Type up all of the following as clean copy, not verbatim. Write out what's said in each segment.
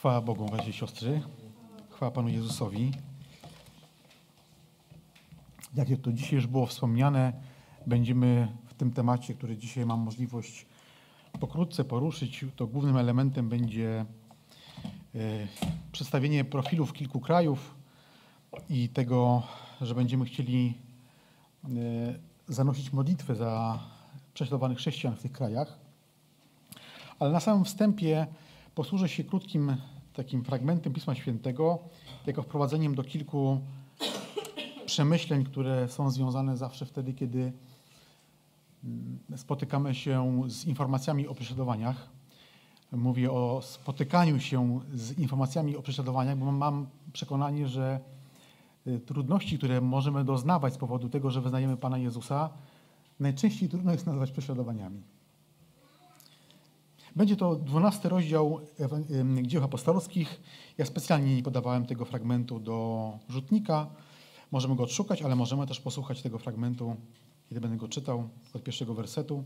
Chwała Bogu, bracia i siostry. Chwała Panu Jezusowi. Jak to dzisiaj już było wspomniane, będziemy w tym temacie, który dzisiaj mam możliwość pokrótce poruszyć, to głównym elementem będzie przedstawienie profilów kilku krajów i tego, że będziemy chcieli zanosić modlitwę za prześladowanych chrześcijan w tych krajach. Ale na samym wstępie posłużę się krótkim takim fragmentem Pisma Świętego jako wprowadzeniem do kilku przemyśleń, które są związane zawsze wtedy, kiedy spotykamy się z informacjami o prześladowaniach. Mówię o spotykaniu się z informacjami o prześladowaniach, bo mam przekonanie, że trudności, które możemy doznawać z powodu tego, że wyznajemy Pana Jezusa, najczęściej trudno jest nazywać prześladowaniami. Będzie to 12 rozdział Dzieł Apostolskich. Ja specjalnie nie podawałem tego fragmentu do rzutnika. Możemy go odszukać, ale możemy też posłuchać tego fragmentu, kiedy będę go czytał od pierwszego wersetu.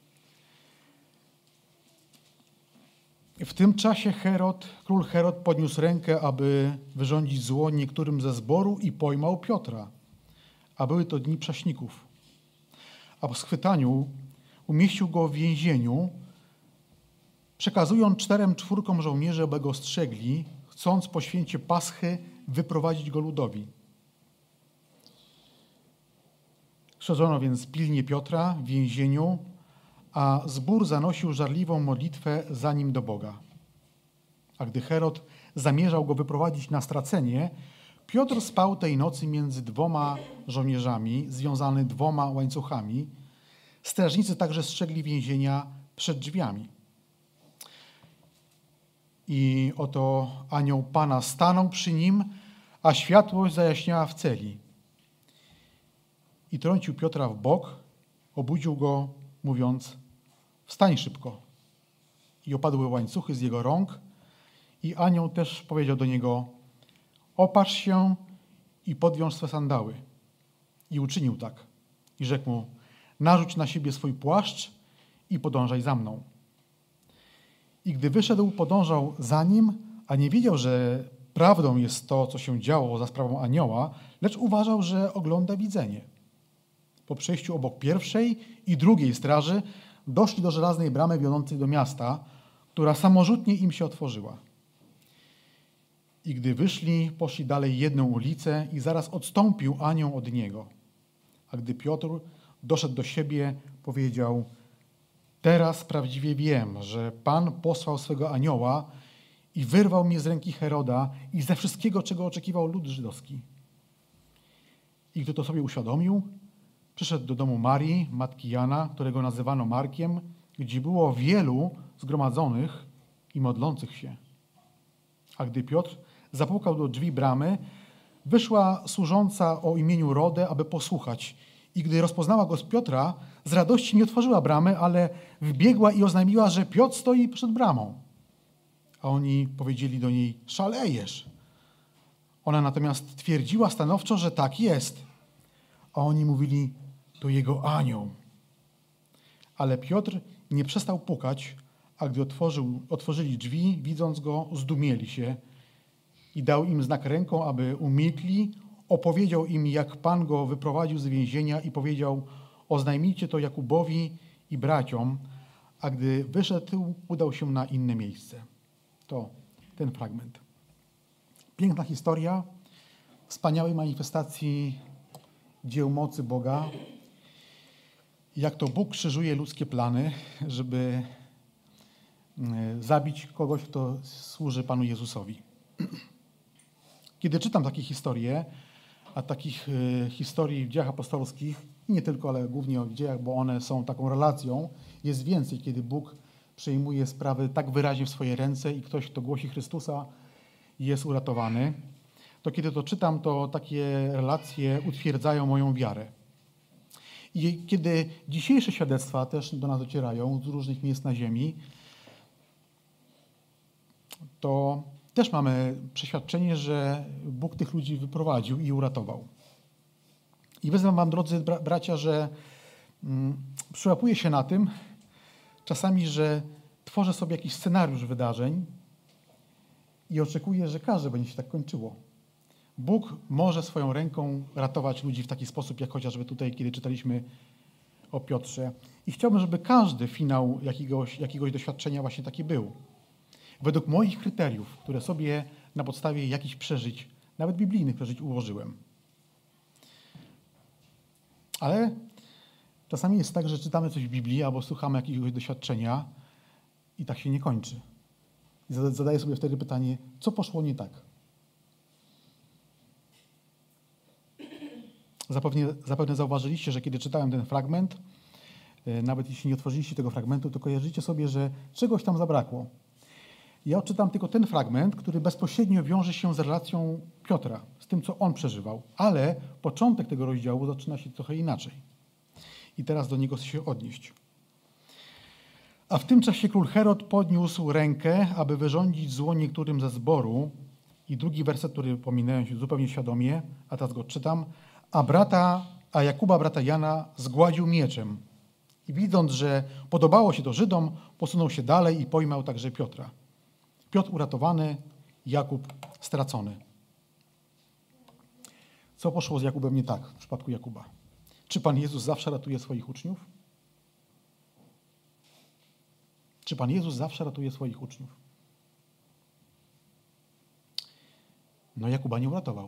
W tym czasie król Herod podniósł rękę, aby wyrządzić zło niektórym ze zboru i pojmał Piotra, a były to dni prześników. A po schwytaniu umieścił go w więzieniu, przekazując 4 żołnierzy, aby go strzegli, chcąc po święcie Paschy wyprowadzić go ludowi. Strzeżono więc pilnie Piotra w więzieniu, a zbór zanosił żarliwą modlitwę za nim do Boga. A gdy Herod zamierzał go wyprowadzić na stracenie, Piotr spał tej nocy między 2 żołnierzami, związany 2 łańcuchami. Strażnicy także strzegli więzienia przed drzwiami. I oto anioł Pana stanął przy nim, a światłość zajaśniała w celi. I trącił Piotra w bok, obudził go, mówiąc: wstań szybko. I opadły łańcuchy z jego rąk. I anioł też powiedział do niego: oparz się i podwiąż swe sandały. I uczynił tak. I rzekł mu: narzuć na siebie swój płaszcz i podążaj za mną. I gdy wyszedł, podążał za nim, a nie wiedział, że prawdą jest to, co się działo za sprawą anioła, lecz uważał, że ogląda widzenie. Po przejściu obok pierwszej i drugiej straży doszli do żelaznej bramy wiodącej do miasta, która samorzutnie im się otworzyła. I gdy wyszli, poszli dalej jedną ulicę i zaraz odstąpił anioł od niego. A gdy Piotr doszedł do siebie, powiedział: teraz prawdziwie wiem, że Pan posłał swego anioła i wyrwał mnie z ręki Heroda i ze wszystkiego, czego oczekiwał lud żydowski. I gdy to sobie uświadomił, przyszedł do domu Marii, matki Jana, którego nazywano Markiem, gdzie było wielu zgromadzonych i modlących się. A gdy Piotr zapukał do drzwi bramy, wyszła służąca o imieniu Rodę, aby posłuchać. I gdy rozpoznała go z Piotra, z radości nie otworzyła bramy, ale wbiegła i oznajmiła, że Piotr stoi przed bramą. A oni powiedzieli do niej: szalejesz. Ona natomiast twierdziła stanowczo, że tak jest. A oni mówili: to jego anioł. Ale Piotr nie przestał pukać, a gdy otworzyli drzwi, widząc go, zdumieli się i dał im znak ręką, aby umilkli. Opowiedział im, jak Pan go wyprowadził z więzienia i powiedział: oznajmijcie to Jakubowi i braciom, a gdy wyszedł, udał się na inne miejsce. To ten fragment. Piękna historia wspaniałej manifestacji dzieł mocy Boga. Jak to Bóg krzyżuje ludzkie plany, żeby zabić kogoś, kto służy Panu Jezusowi. Kiedy czytam takie historie, a takich historii w dziejach apostolskich, nie tylko, ale głównie w dziejach, bo one są taką relacją, jest więcej, kiedy Bóg przejmuje sprawy tak wyraźnie w swoje ręce i ktoś, kto głosi Chrystusa, jest uratowany, to kiedy to czytam, to takie relacje utwierdzają moją wiarę. I kiedy dzisiejsze świadectwa też do nas docierają z różnych miejsc na ziemi, to też mamy przeświadczenie, że Bóg tych ludzi wyprowadził i uratował. I wezmę wam, drodzy bracia, że przyłapuję się na tym czasami, że tworzę sobie jakiś scenariusz wydarzeń i oczekuje, że każde będzie się tak kończyło. Bóg może swoją ręką ratować ludzi w taki sposób, jak chociażby tutaj, kiedy czytaliśmy o Piotrze. I chciałbym, żeby każdy finał jakiegoś doświadczenia właśnie taki był. Według moich kryteriów, które sobie na podstawie jakichś przeżyć, nawet biblijnych przeżyć, ułożyłem. Ale czasami jest tak, że czytamy coś w Biblii albo słuchamy jakiegoś doświadczenia i tak się nie kończy. I zadaję sobie wtedy pytanie, co poszło nie tak? Zapewne zauważyliście, że kiedy czytałem ten fragment, nawet jeśli nie otworzyliście tego fragmentu, to kojarzycie sobie, że czegoś tam zabrakło. Ja odczytam tylko ten fragment, który bezpośrednio wiąże się z relacją Piotra, z tym, co on przeżywał, ale początek tego rozdziału zaczyna się trochę inaczej. I teraz do niego chcę się odnieść. A w tym czasie król Herod podniósł rękę, aby wyrządzić zło niektórym ze zboru. I drugi werset, który pominąłem się zupełnie świadomie, a teraz go czytam. A Jakuba, brata Jana, zgładził mieczem. I widząc, że podobało się to Żydom, posunął się dalej i pojmał także Piotra. Piotr uratowany, Jakub stracony. Co poszło z Jakubem nie tak w przypadku Jakuba? Czy Pan Jezus zawsze ratuje swoich uczniów? Czy Pan Jezus zawsze ratuje swoich uczniów? No Jakuba nie uratował.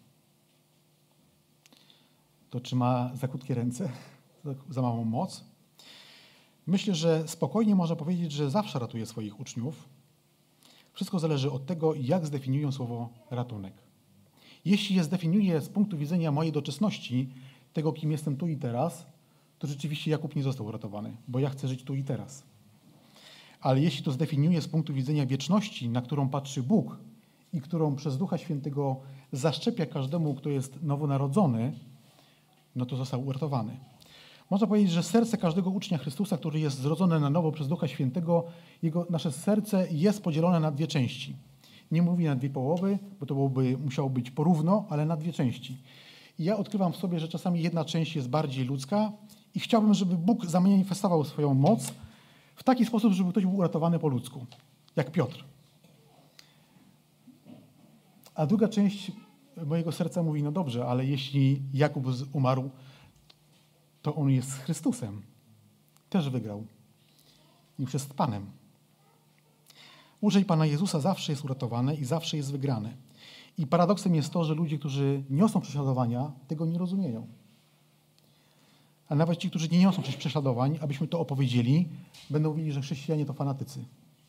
To czy ma za krótkie ręce? Za małą moc? Myślę, że spokojnie można powiedzieć, że zawsze ratuje swoich uczniów. Wszystko zależy od tego, jak zdefiniują słowo ratunek. Jeśli je zdefiniuję z punktu widzenia mojej doczesności, tego, kim jestem tu i teraz, to rzeczywiście Jakub nie został uratowany, bo ja chcę żyć tu i teraz. Ale jeśli to zdefiniuję z punktu widzenia wieczności, na którą patrzy Bóg i którą przez Ducha Świętego zaszczepia każdemu, kto jest nowonarodzony, no to został uratowany. Można powiedzieć, że serce każdego ucznia Chrystusa, który jest zrodzony na nowo przez Ducha Świętego, nasze serce jest podzielone na dwie części. Nie mówię na dwie połowy, bo to musiało być porówno, ale na dwie części. I ja odkrywam w sobie, że czasami jedna część jest bardziej ludzka i chciałbym, żeby Bóg zamanifestował swoją moc w taki sposób, żeby ktoś był uratowany po ludzku, jak Piotr. A druga część mojego serca mówi, no dobrze, ale jeśli Jakub umarł, to on jest Chrystusem. Też wygrał. Już jest Panem. Uczeń Pana Jezusa zawsze jest uratowany i zawsze jest wygrany. I paradoksem jest to, że ludzie, którzy niosą prześladowania, tego nie rozumieją. A nawet ci, którzy nie niosą prześladowań, abyśmy to opowiedzieli, będą mówili, że chrześcijanie to fanatycy.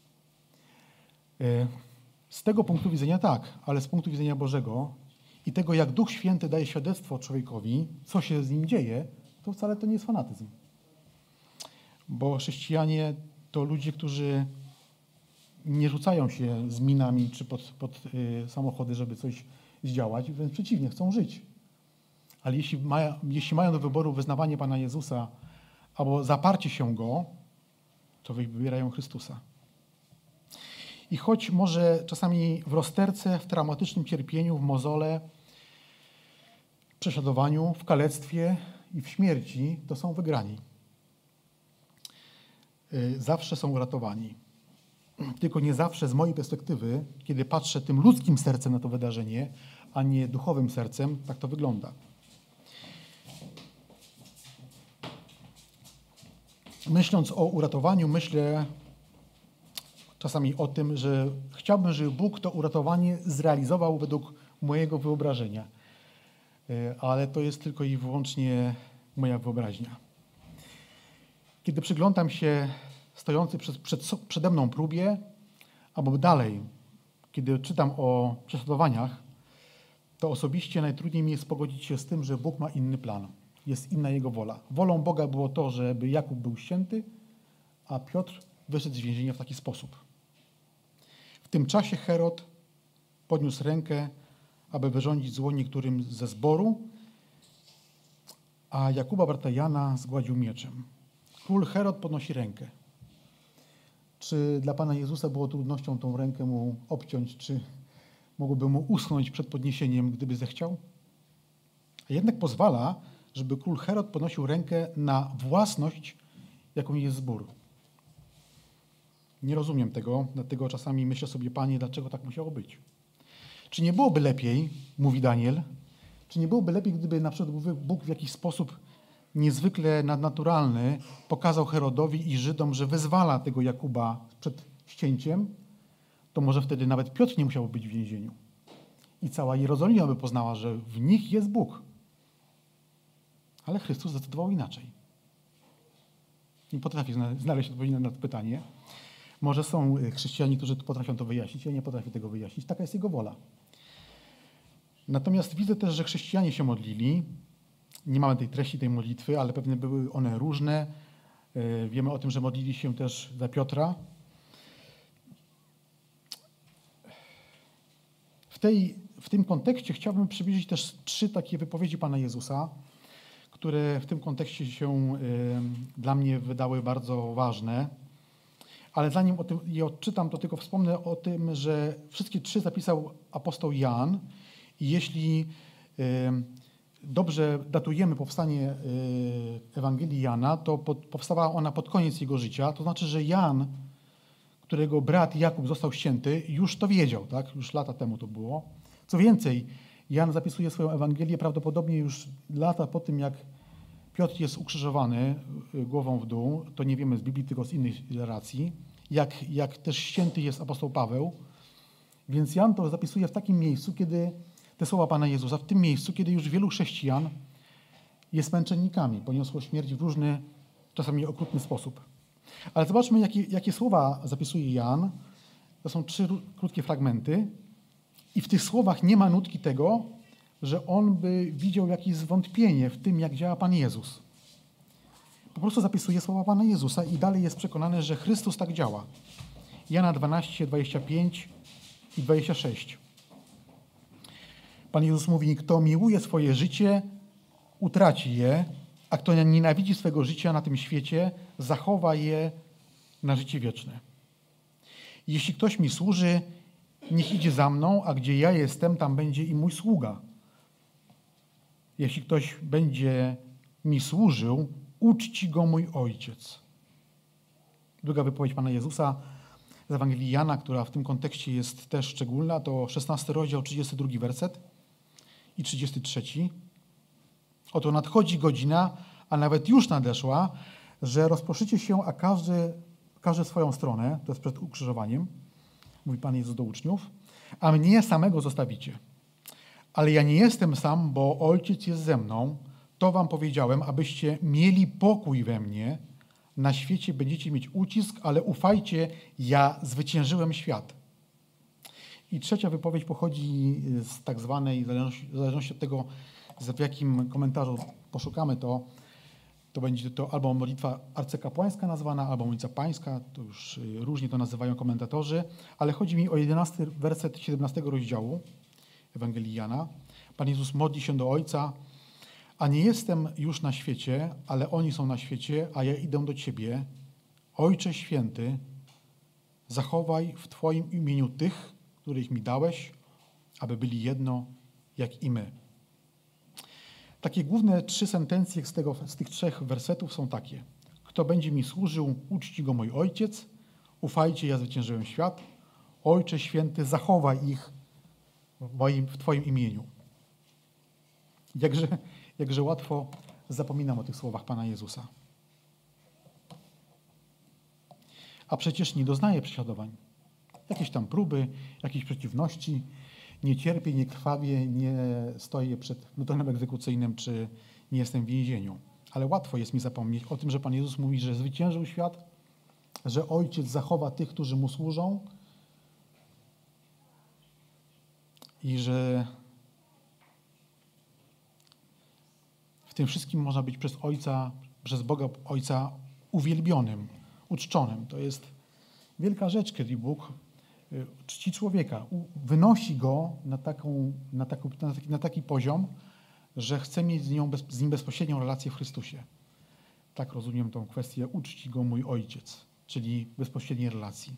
Z tego punktu widzenia tak, ale z punktu widzenia Bożego i tego, jak Duch Święty daje świadectwo człowiekowi, co się z nim dzieje, to wcale to nie jest fanatyzm. Bo chrześcijanie to ludzie, którzy nie rzucają się z minami czy pod samochody, żeby coś zdziałać, wręcz przeciwnie, chcą żyć. Ale jeśli mają do wyboru wyznawanie Pana Jezusa albo zaparcie się Go, to wybierają Chrystusa. I choć może czasami w rozterce, w traumatycznym cierpieniu, w mozole, w prześladowaniu, w kalectwie i w śmierci, to są wygrani. Zawsze są uratowani. Tylko nie zawsze z mojej perspektywy, kiedy patrzę tym ludzkim sercem na to wydarzenie, a nie duchowym sercem, tak to wygląda. Myśląc o uratowaniu, myślę czasami o tym, że chciałbym, żeby Bóg to uratowanie zrealizował według mojego wyobrażenia. Ale to jest tylko i wyłącznie moja wyobraźnia. Kiedy przyglądam się stojący przede mną próbie, albo dalej, kiedy czytam o prześladowaniach, to osobiście najtrudniej mi jest pogodzić się z tym, że Bóg ma inny plan. Jest inna Jego wola. Wolą Boga było to, żeby Jakub był ścięty, a Piotr wyszedł z więzienia w taki sposób. W tym czasie Herod podniósł rękę, aby wyrządzić zło niektórym ze zboru, a Jakuba, brata Jana, zgładził mieczem. Król Herod podnosi rękę. Czy dla Pana Jezusa było trudnością tą rękę mu obciąć, czy mogłoby mu uschnąć przed podniesieniem, gdyby zechciał? A jednak pozwala, żeby król Herod podnosił rękę na własność, jaką jest zbór. Nie rozumiem tego, dlatego czasami myślę sobie, Panie, dlaczego tak musiało być? Czy nie byłoby lepiej, mówi Daniel, czy nie byłoby lepiej, gdyby na przykład Bóg w jakiś sposób niezwykle nadnaturalny pokazał Herodowi i Żydom, że wyzwala tego Jakuba przed ścięciem, to może wtedy nawet Piotr nie musiał być w więzieniu. I cała Jerozolima by poznała, że w nich jest Bóg. Ale Chrystus zdecydował inaczej. Nie potrafię znaleźć odpowiedzi na to pytanie. Może są chrześcijanie, którzy potrafią to wyjaśnić, ja nie potrafię tego wyjaśnić. Taka jest Jego wola. Natomiast widzę też, że chrześcijanie się modlili. Nie mamy tej treści tej modlitwy, ale pewnie były one różne. Wiemy o tym, że modlili się też za Piotra. W tym kontekście chciałbym przybliżyć też 3 takie wypowiedzi Pana Jezusa, które w tym kontekście się dla mnie wydały bardzo ważne. Ale zanim o tym je odczytam, to tylko wspomnę o tym, że wszystkie 3 zapisał apostoł Jan. I jeśli dobrze datujemy powstanie Ewangelii Jana, to powstała ona pod koniec jego życia. To znaczy, że Jan, którego brat Jakub został ścięty, już to wiedział, tak? Już lata temu to było. Co więcej, Jan zapisuje swoją Ewangelię prawdopodobnie już lata po tym, jak Piotr jest ukrzyżowany głową w dół. To nie wiemy z Biblii, tylko z innych relacji. Jak też ścięty jest apostoł Paweł. Więc Jan to zapisuje w takim miejscu, kiedy te słowa Pana Jezusa, w tym miejscu, kiedy już wielu chrześcijan jest męczennikami, poniosło śmierć w różny, czasami okrutny sposób. Ale zobaczmy, jakie słowa zapisuje Jan. To są 3 krótkie fragmenty. I w tych słowach nie ma nutki tego, że on by widział jakieś zwątpienie w tym, jak działa Pan Jezus. Po prostu zapisuje słowa Pana Jezusa i dalej jest przekonany, że Chrystus tak działa. Jana 12, 25 i 26. Pan Jezus mówi, kto miłuje swoje życie, utraci je, a kto nienawidzi swego życia na tym świecie, zachowa je na życie wieczne. Jeśli ktoś mi służy, niech idzie za mną, a gdzie ja jestem, tam będzie i mój sługa. Jeśli ktoś będzie mi służył, uczci go mój Ojciec. Druga wypowiedź Pana Jezusa z Ewangelii Jana, która w tym kontekście jest też szczególna, to 16 rozdział, 32 werset i 33. Oto nadchodzi godzina, a nawet już nadeszła, że rozproszycie się, a każdy swoją stronę, to jest przed ukrzyżowaniem, mówi Pan Jezus do uczniów, a mnie samego zostawicie. Ale ja nie jestem sam, bo Ojciec jest ze mną. To wam powiedziałem, abyście mieli pokój we mnie. Na świecie będziecie mieć ucisk, ale ufajcie, ja zwyciężyłem świat. I trzecia wypowiedź pochodzi z tak zwanej, w zależności od tego, w jakim komentarzu poszukamy to będzie to albo modlitwa arcykapłańska nazwana, albo modlitwa pańska, to już różnie to nazywają komentatorzy, ale chodzi mi o 11 werset 17 rozdziału Ewangelii Jana. Pan Jezus modli się do Ojca, a nie jestem już na świecie, ale oni są na świecie, a ja idę do Ciebie. Ojcze Święty, zachowaj w Twoim imieniu tych, których mi dałeś, aby byli jedno, jak i my. Takie główne 3 sentencje z tych 3 wersetów są takie. Kto będzie mi służył, uczci go mój Ojciec. Ufajcie, ja zwyciężyłem świat. Ojcze Święty, zachowaj ich w Twoim imieniu. Jakże łatwo zapominam o tych słowach Pana Jezusa. A przecież nie doznaję prześladowań. Jakieś tam próby, jakieś przeciwności. Nie cierpię, nie krwawię, nie stoję przed plutonem egzekucyjnym, czy nie jestem w więzieniu. Ale łatwo jest mi zapomnieć o tym, że Pan Jezus mówi, że zwyciężył świat, że Ojciec zachowa tych, którzy Mu służą i że w tym wszystkim można być przez Boga Ojca uwielbionym, uczczonym. To jest wielka rzecz, kiedy Bóg czci człowieka, wynosi go na taki poziom, że chce mieć z nim bezpośrednią relację w Chrystusie. Tak rozumiem tą kwestię, uczci go mój Ojciec, czyli bezpośredniej relacji.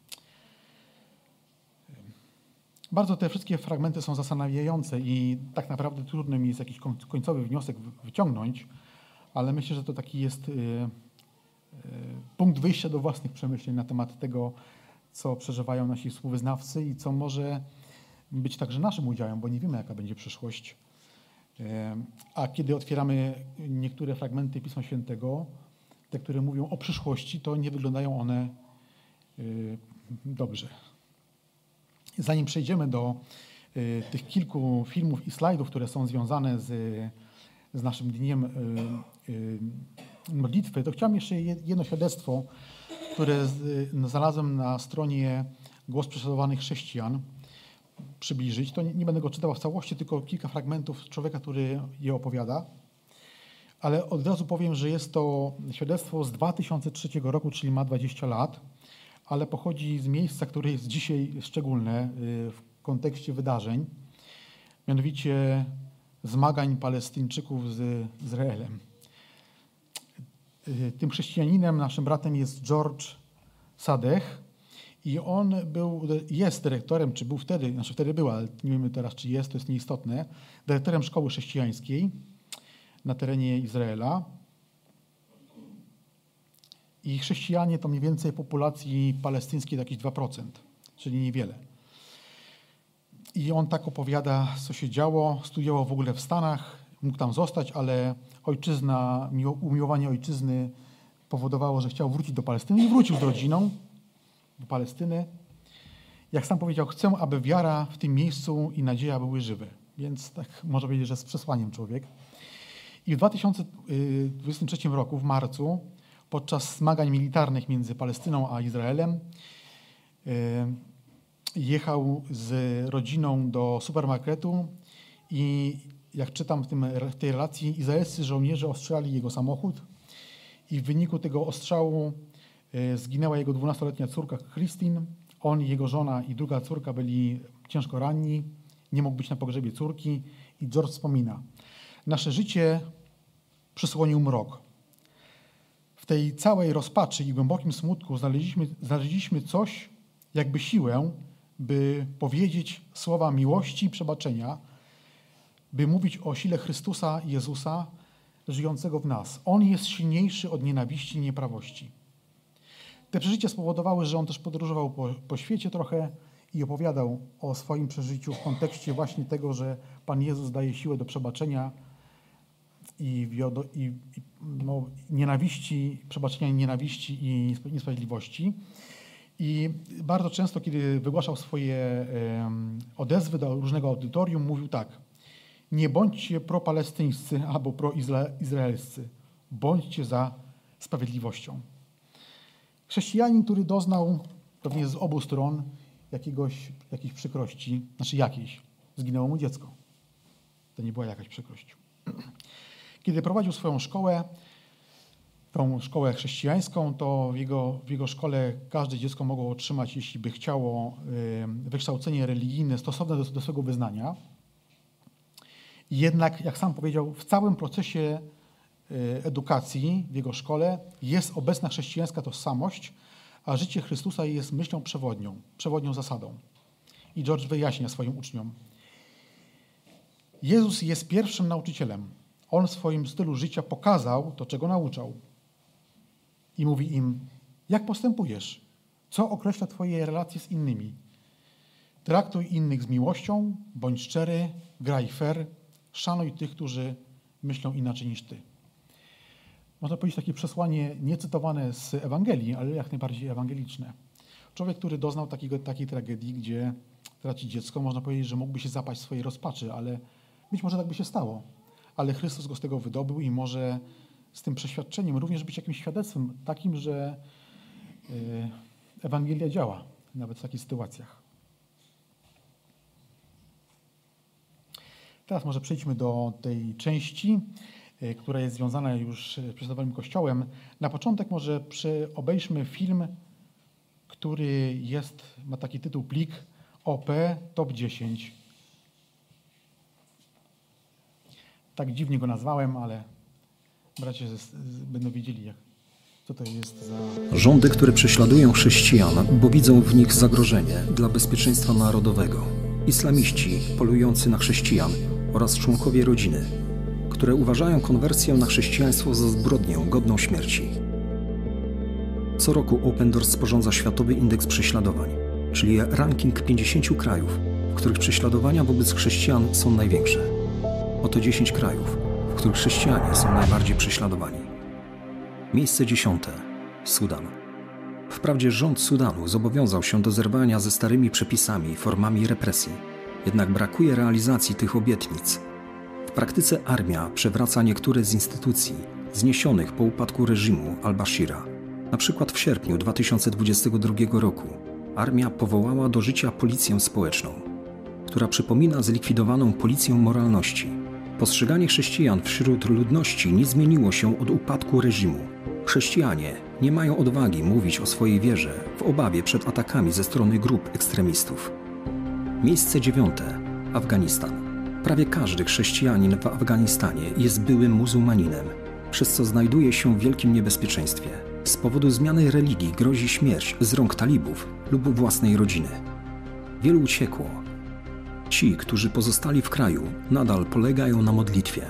Bardzo te wszystkie fragmenty są zastanawiające i tak naprawdę trudno mi jest jakiś końcowy wniosek wyciągnąć, ale myślę, że to taki jest punkt wyjścia do własnych przemyśleń na temat tego, co przeżywają nasi współwyznawcy i co może być także naszym udziałem, bo nie wiemy, jaka będzie przyszłość. A kiedy otwieramy niektóre fragmenty Pisma Świętego, te, które mówią o przyszłości, to nie wyglądają one dobrze. Zanim przejdziemy do tych kilku filmów i slajdów, które są związane z naszym dniem modlitwy, to chciałem jeszcze jedno świadectwo, które znalazłem na stronie Głos Prześladowanych Chrześcijan, przybliżyć. To nie będę go czytał w całości, tylko kilka fragmentów człowieka, który je opowiada. Ale od razu powiem, że jest to świadectwo z 2003 roku, czyli ma 20 lat, ale pochodzi z miejsca, które jest dzisiaj szczególne w kontekście wydarzeń, mianowicie zmagań Palestyńczyków z Izraelem. Tym chrześcijaninem, naszym bratem jest George Sadeh i on jest dyrektorem, czy był wtedy, wtedy był, ale nie wiemy teraz, czy jest, to jest nieistotne, dyrektorem szkoły chrześcijańskiej na terenie Izraela. I chrześcijanie to mniej więcej populacji palestyńskiej to jakieś 2%, czyli niewiele. I on tak opowiada, co się działo. Studiował w ogóle w Stanach, mógł tam zostać, ale ojczyzna, umiłowanie ojczyzny powodowało, że chciał wrócić do Palestyny i wrócił z rodziną do Palestyny. Jak sam powiedział, chcę, aby wiara w tym miejscu i nadzieja były żywe. Więc tak można powiedzieć, że z przesłaniem człowiek. I w 2023 roku, w marcu, podczas zmagań militarnych między Palestyną a Izraelem, jechał z rodziną do supermarketu i jak czytam w tej relacji, izraelscy żołnierze ostrzelali jego samochód i w wyniku tego ostrzału zginęła jego 12-letnia córka Christine. On, jego żona i druga córka byli ciężko ranni. Nie mógł być na pogrzebie córki i George wspomina: nasze życie przysłonił mrok. W tej całej rozpaczy i głębokim smutku znaleźliśmy coś, jakby siłę, by powiedzieć słowa miłości i przebaczenia, by mówić o sile Chrystusa Jezusa żyjącego w nas. On jest silniejszy od nienawiści i nieprawości. Te przeżycia spowodowały, że on też podróżował po świecie trochę i opowiadał o swoim przeżyciu w kontekście właśnie tego, że Pan Jezus daje siłę do przebaczenia i nienawiści, przebaczenia nienawiści i niesprawiedliwości. I bardzo często, kiedy wygłaszał swoje odezwy do różnego audytorium, mówił tak: nie bądźcie propalestyńscy albo proizraelscy, bądźcie za sprawiedliwością. Chrześcijanin, który doznał pewnie z obu stron jakiejś przykrości, zginęło mu dziecko. To nie była jakaś przykrość. Kiedy prowadził swoją szkołę, tą szkołę chrześcijańską, to w jego szkole każde dziecko mogło otrzymać, jeśli by chciało, wykształcenie religijne stosowne do swego wyznania. Jednak, jak sam powiedział, w całym procesie edukacji w jego szkole jest obecna chrześcijańska tożsamość, a życie Chrystusa jest myślą przewodnią zasadą. I George wyjaśnia swoim uczniom: Jezus jest pierwszym nauczycielem. On w swoim stylu życia pokazał to, czego nauczał. I mówi im: jak postępujesz? Co określa twoje relacje z innymi? Traktuj innych z miłością, bądź szczery, graj fair, szanuj tych, którzy myślą inaczej niż ty. Można powiedzieć takie przesłanie niecytowane z Ewangelii, ale jak najbardziej ewangeliczne. Człowiek, który doznał takiej tragedii, gdzie traci dziecko, można powiedzieć, że mógłby się zapaść w swojej rozpaczy, ale być może tak by się stało. Ale Chrystus go z tego wydobył i może z tym przeświadczeniem również być jakimś świadectwem takim, że Ewangelia działa nawet w takich sytuacjach. Teraz może przejdźmy do tej części, która jest związana już z prześladowanym Kościołem. Na początek może obejrzmy film, który ma taki tytuł plik OP Top 10. Tak dziwnie go nazwałem, ale bracia będą wiedzieli, co to jest za... Rządy, które prześladują chrześcijan, bo widzą w nich zagrożenie dla bezpieczeństwa narodowego. Islamiści polujący na chrześcijan oraz członkowie rodziny, które uważają konwersję na chrześcijaństwo za zbrodnię godną śmierci. Co roku Open Doors sporządza Światowy Indeks Prześladowań, czyli ranking 50 krajów, w których prześladowania wobec chrześcijan są największe. Oto 10 krajów, w których chrześcijanie są najbardziej prześladowani. Miejsce 10. Sudan. Wprawdzie rząd Sudanu zobowiązał się do zerwania ze starymi przepisami i formami represji, jednak brakuje realizacji tych obietnic. W praktyce armia przewraca niektóre z instytucji zniesionych po upadku reżimu al-Bashira. Na przykład w sierpniu 2022 roku armia powołała do życia policję społeczną, która przypomina zlikwidowaną policję moralności. Postrzeganie chrześcijan wśród ludności nie zmieniło się od upadku reżimu. Chrześcijanie nie mają odwagi mówić o swojej wierze w obawie przed atakami ze strony grup ekstremistów. Miejsce 9. Afganistan. Prawie każdy chrześcijanin w Afganistanie jest byłym muzułmaninem, przez co znajduje się w wielkim niebezpieczeństwie. Z powodu zmiany religii grozi śmierć z rąk talibów lub własnej rodziny. Wielu uciekło. Ci, którzy pozostali w kraju, nadal polegają na modlitwie.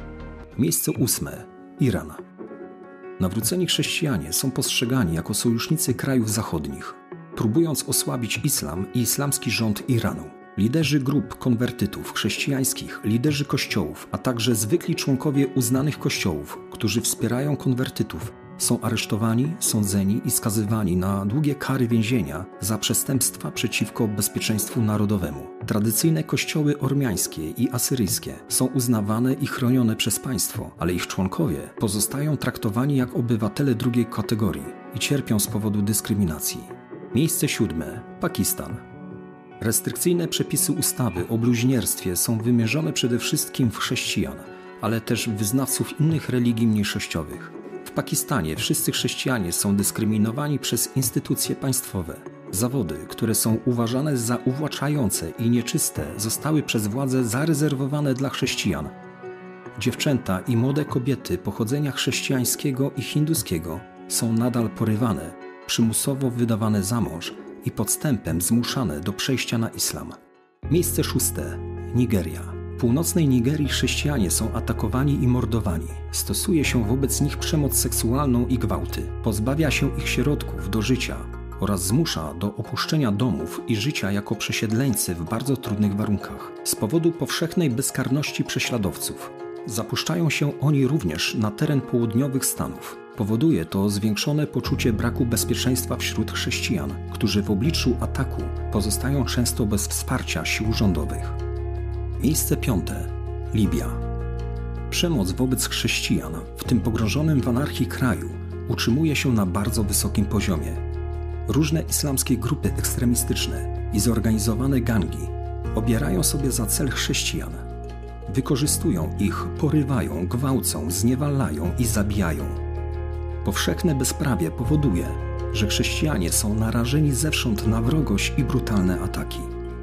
Miejsce 8. Iran. Nawróceni chrześcijanie są postrzegani jako sojusznicy krajów zachodnich, próbując osłabić islam i islamski rząd Iranu. Liderzy grup konwertytów chrześcijańskich, liderzy kościołów, a także zwykli członkowie uznanych kościołów, którzy wspierają konwertytów, są aresztowani, sądzeni i skazywani na długie kary więzienia za przestępstwa przeciwko bezpieczeństwu narodowemu. Tradycyjne kościoły ormiańskie i asyryjskie są uznawane i chronione przez państwo, ale ich członkowie pozostają traktowani jak obywatele drugiej kategorii i cierpią z powodu dyskryminacji. Miejsce 7. Pakistan. Restrykcyjne przepisy ustawy o bluźnierstwie są wymierzone przede wszystkim w chrześcijan, ale też w wyznawców innych religii mniejszościowych. W Pakistanie wszyscy chrześcijanie są dyskryminowani przez instytucje państwowe. Zawody, które są uważane za uwłaczające i nieczyste, zostały przez władze zarezerwowane dla chrześcijan. Dziewczęta i młode kobiety pochodzenia chrześcijańskiego i hinduskiego są nadal porywane, przymusowo wydawane za mąż i podstępem zmuszane do przejścia na islam. Miejsce 6. Nigeria. W północnej Nigerii chrześcijanie są atakowani i mordowani. Stosuje się wobec nich przemoc seksualną i gwałty. Pozbawia się ich środków do życia oraz zmusza do opuszczenia domów i życia jako przesiedleńcy w bardzo trudnych warunkach. Z powodu powszechnej bezkarności prześladowców zapuszczają się oni również na teren południowych Stanów. Powoduje to zwiększone poczucie braku bezpieczeństwa wśród chrześcijan, którzy w obliczu ataku pozostają często bez wsparcia sił rządowych. Miejsce 5. Libia. Przemoc wobec chrześcijan w tym pogrążonym w anarchii kraju utrzymuje się na bardzo wysokim poziomie. Różne islamskie grupy ekstremistyczne i zorganizowane gangi obierają sobie za cel chrześcijan. Wykorzystują ich, porywają, gwałcą, zniewalają i zabijają. Powszechne bezprawie powoduje, że chrześcijanie są narażeni zewsząd na wrogość i brutalne ataki.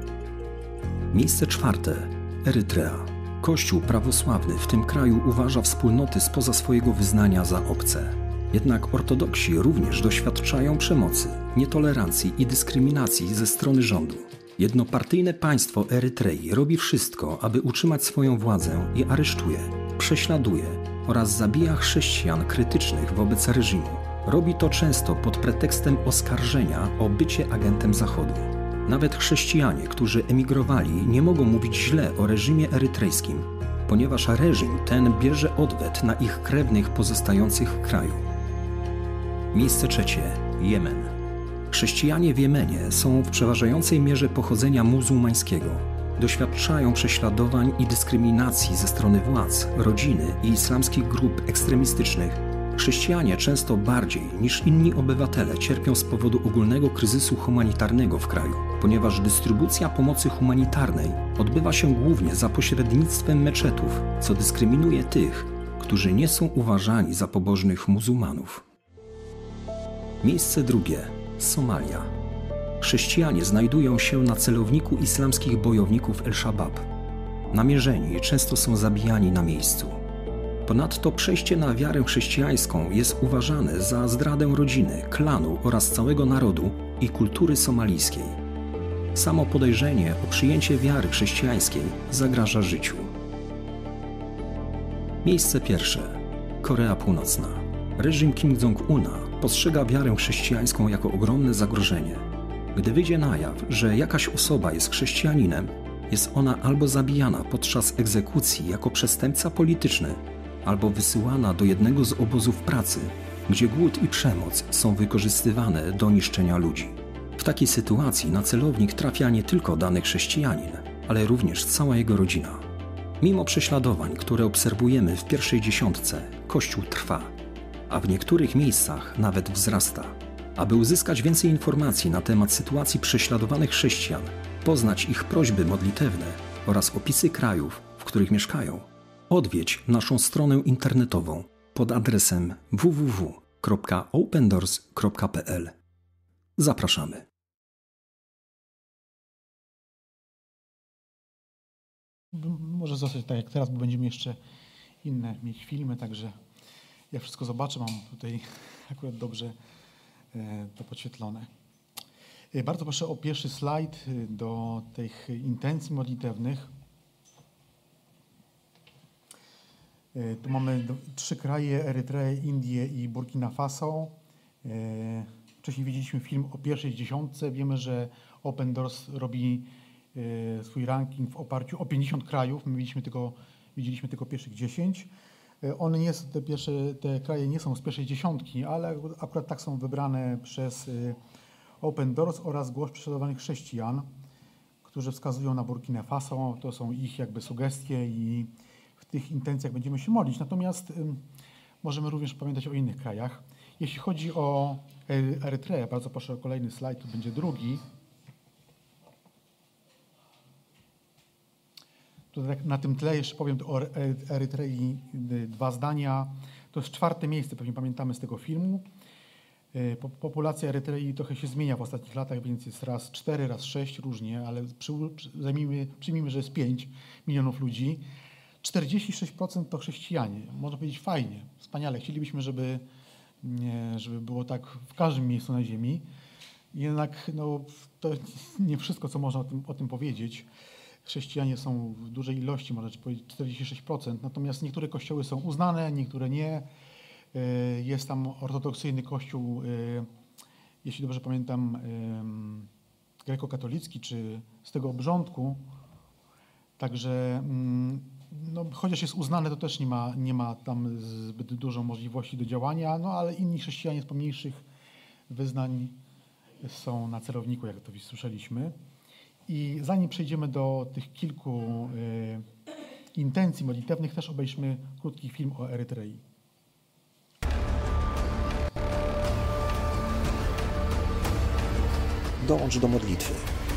Miejsce 4. Erytrea. Kościół prawosławny w tym kraju uważa wspólnoty spoza swojego wyznania za obce. Jednak ortodoksi również doświadczają przemocy, nietolerancji i dyskryminacji ze strony rządu. Jednopartyjne państwo Erytrei robi wszystko, aby utrzymać swoją władzę i aresztuje, prześladuje oraz zabija chrześcijan krytycznych wobec reżimu. Robi to często pod pretekstem oskarżenia o bycie agentem Zachodu. Nawet chrześcijanie, którzy emigrowali, nie mogą mówić źle o reżimie erytrejskim, ponieważ reżim ten bierze odwet na ich krewnych pozostających w kraju. Miejsce 3. Jemen. Chrześcijanie w Jemenie są w przeważającej mierze pochodzenia muzułmańskiego. Doświadczają prześladowań i dyskryminacji ze strony władz, rodziny i islamskich grup ekstremistycznych. Chrześcijanie często bardziej niż inni obywatele cierpią z powodu ogólnego kryzysu humanitarnego w kraju, ponieważ dystrybucja pomocy humanitarnej odbywa się głównie za pośrednictwem meczetów, co dyskryminuje tych, którzy nie są uważani za pobożnych muzułmanów. Miejsce 2. Somalia. Chrześcijanie znajdują się na celowniku islamskich bojowników El-Shabaab. Namierzeni często są zabijani na miejscu. Ponadto przejście na wiarę chrześcijańską jest uważane za zdradę rodziny, klanu oraz całego narodu i kultury somalijskiej. Samo podejrzenie o przyjęcie wiary chrześcijańskiej zagraża życiu. Miejsce 1. Korea Północna. Reżim Kim Jong-una postrzega wiarę chrześcijańską jako ogromne zagrożenie. Gdy wyjdzie na jaw, że jakaś osoba jest chrześcijaninem, jest ona albo zabijana podczas egzekucji jako przestępca polityczny, albo wysyłana do jednego z obozów pracy, gdzie głód i przemoc są wykorzystywane do niszczenia ludzi. W takiej sytuacji na celownik trafia nie tylko dany chrześcijanin, ale również cała jego rodzina. Mimo prześladowań, które obserwujemy w pierwszej dziesiątce, Kościół trwa, a w niektórych miejscach nawet wzrasta. Aby uzyskać więcej informacji na temat sytuacji prześladowanych chrześcijan, poznać ich prośby modlitewne oraz opisy krajów, w których mieszkają, odwiedź naszą stronę internetową pod adresem www.opendoors.pl. Zapraszamy. Może zostać tak jak teraz, bo będziemy jeszcze inne mieć filmy, także ja wszystko zobaczę, mam tutaj akurat dobrze to podświetlone. Bardzo proszę o pierwszy slajd do tych intencji modlitewnych. Tu mamy 3 kraje, Erytreę, Indię i Burkina Faso. Wcześniej widzieliśmy film o pierwszej dziesiątce. Wiemy, że Open Doors robi swój ranking w oparciu o 50 krajów. My widzieliśmy tylko pierwszych 10. One nie są, te kraje nie są z pierwszej dziesiątki, ale akurat tak są wybrane przez Open Doors oraz Głos Prześladowanych Chrześcijan, którzy wskazują na Burkina Faso. To są ich jakby sugestie i w tych intencjach będziemy się modlić. Natomiast możemy również pamiętać o innych krajach. Jeśli chodzi o Erytreę, bardzo proszę o kolejny slajd, to będzie drugi. Tutaj na tym tle jeszcze powiem o Erytrei 2 zdania. To jest 4. miejsce, pewnie pamiętamy z tego filmu. Populacja Erytrei trochę się zmienia w ostatnich latach, więc jest raz 4, raz 6, różnie, ale przyjmijmy, że jest 5 milionów ludzi. 46% to chrześcijanie. Można powiedzieć fajnie, wspaniale. Chcielibyśmy, żeby było tak w każdym miejscu na ziemi. Jednak to nie wszystko, co można o tym powiedzieć. Chrześcijanie są w dużej ilości, można powiedzieć 46%, natomiast niektóre kościoły są uznane, niektóre nie. Jest tam ortodoksyjny kościół, jeśli dobrze pamiętam, grekokatolicki, czy z tego obrządku. Także chociaż jest uznane, to też nie ma tam zbyt dużo możliwości do działania, ale inni chrześcijanie z pomniejszych wyznań są na celowniku, jak to słyszeliśmy. I zanim przejdziemy do tych kilku intencji modlitewnych, też obejrzmy krótki film o Erytrei. Dołącz do modlitwy.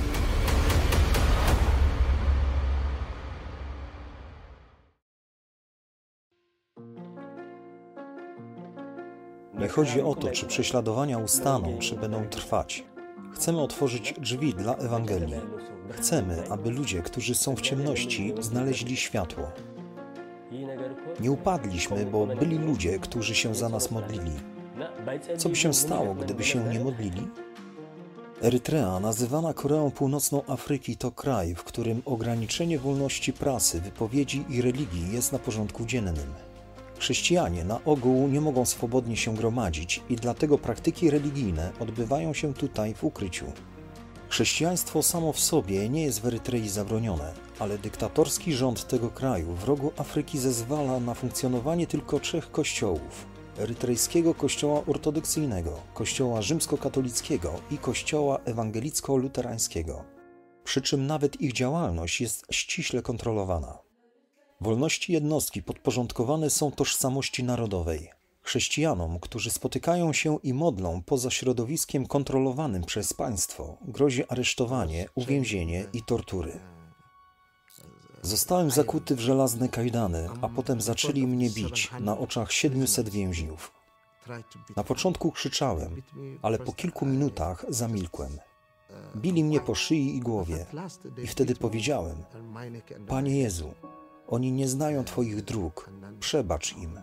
Nie chodzi o to, czy prześladowania ustaną, czy będą trwać. Chcemy otworzyć drzwi dla Ewangelii. Chcemy, aby ludzie, którzy są w ciemności, znaleźli światło. Nie upadliśmy, bo byli ludzie, którzy się za nas modlili. Co by się stało, gdyby się nie modlili? Erytrea, nazywana Koreą Północną Afryki, to kraj, w którym ograniczenie wolności prasy, wypowiedzi i religii jest na porządku dziennym. Chrześcijanie na ogół nie mogą swobodnie się gromadzić i dlatego praktyki religijne odbywają się tutaj w ukryciu. Chrześcijaństwo samo w sobie nie jest w Erytrei zabronione, ale dyktatorski rząd tego kraju w rogu Afryki zezwala na funkcjonowanie tylko 3 kościołów: erytrejskiego kościoła ortodoksyjnego, kościoła rzymskokatolickiego i kościoła ewangelicko-luterańskiego. Przy czym nawet ich działalność jest ściśle kontrolowana. Wolności jednostki podporządkowane są tożsamości narodowej. Chrześcijanom, którzy spotykają się i modlą poza środowiskiem kontrolowanym przez państwo, grozi aresztowanie, uwięzienie i tortury. Zostałem zakuty w żelazne kajdany, a potem zaczęli mnie bić na oczach 700 więźniów. Na początku krzyczałem, ale po kilku minutach zamilkłem. Bili mnie po szyi i głowie i wtedy powiedziałem: Panie Jezu, oni nie znają Twoich dróg, przebacz im.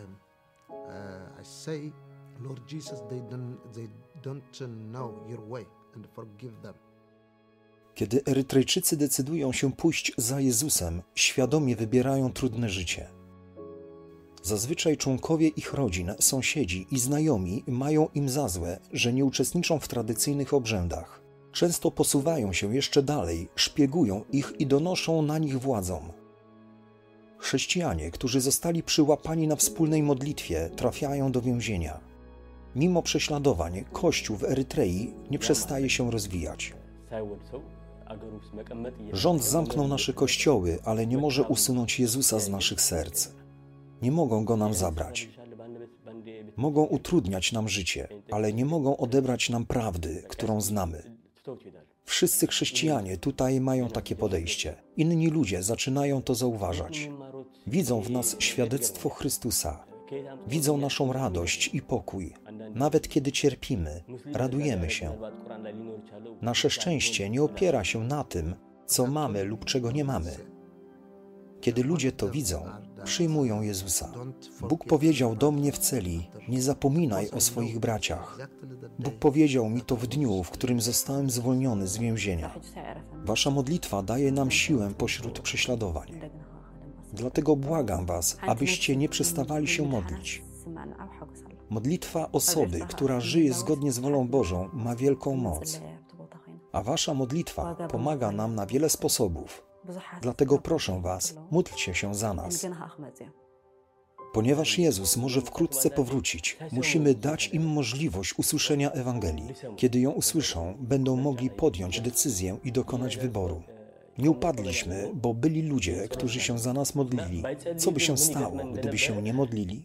Kiedy Erytrejczycy decydują się pójść za Jezusem, świadomie wybierają trudne życie. Zazwyczaj członkowie ich rodzin, sąsiedzi i znajomi mają im za złe, że nie uczestniczą w tradycyjnych obrzędach. Często posuwają się jeszcze dalej, szpiegują ich i donoszą na nich władzom. Chrześcijanie, którzy zostali przyłapani na wspólnej modlitwie, trafiają do więzienia. Mimo prześladowań, Kościół w Erytrei nie przestaje się rozwijać. Rząd zamknął nasze kościoły, ale nie może usunąć Jezusa z naszych serc. Nie mogą Go nam zabrać. Mogą utrudniać nam życie, ale nie mogą odebrać nam prawdy, którą znamy. Wszyscy chrześcijanie tutaj mają takie podejście. Inni ludzie zaczynają to zauważać. Widzą w nas świadectwo Chrystusa. Widzą naszą radość i pokój. Nawet kiedy cierpimy, radujemy się. Nasze szczęście nie opiera się na tym, co mamy lub czego nie mamy. Kiedy ludzie to widzą, przyjmują Jezusa. Bóg powiedział do mnie w celi: nie zapominaj o swoich braciach. Bóg powiedział mi to w dniu, w którym zostałem zwolniony z więzienia. Wasza modlitwa daje nam siłę pośród prześladowań. Dlatego błagam was, abyście nie przestawali się modlić. Modlitwa osoby, która żyje zgodnie z wolą Bożą, ma wielką moc. A wasza modlitwa pomaga nam na wiele sposobów. Dlatego proszę was, módlcie się za nas. Ponieważ Jezus może wkrótce powrócić, musimy dać im możliwość usłyszenia Ewangelii. Kiedy ją usłyszą, będą mogli podjąć decyzję i dokonać wyboru. Nie upadliśmy, bo byli ludzie, którzy się za nas modlili. Co by się stało, gdyby się nie modlili?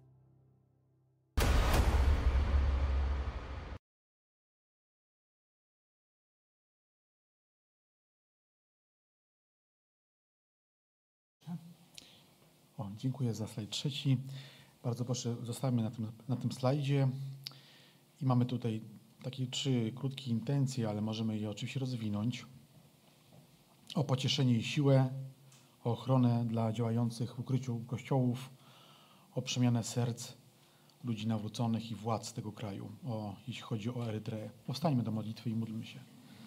Dziękuję za slajd trzeci. Bardzo proszę, zostawmy na tym slajdzie. I mamy tutaj takie 3 krótkie intencje, ale możemy je oczywiście rozwinąć. O pocieszenie i siłę, o ochronę dla działających w ukryciu kościołów, o przemianę serc ludzi nawróconych i władz tego kraju, jeśli chodzi o Erytreę. Powstańmy do modlitwy i módlmy się.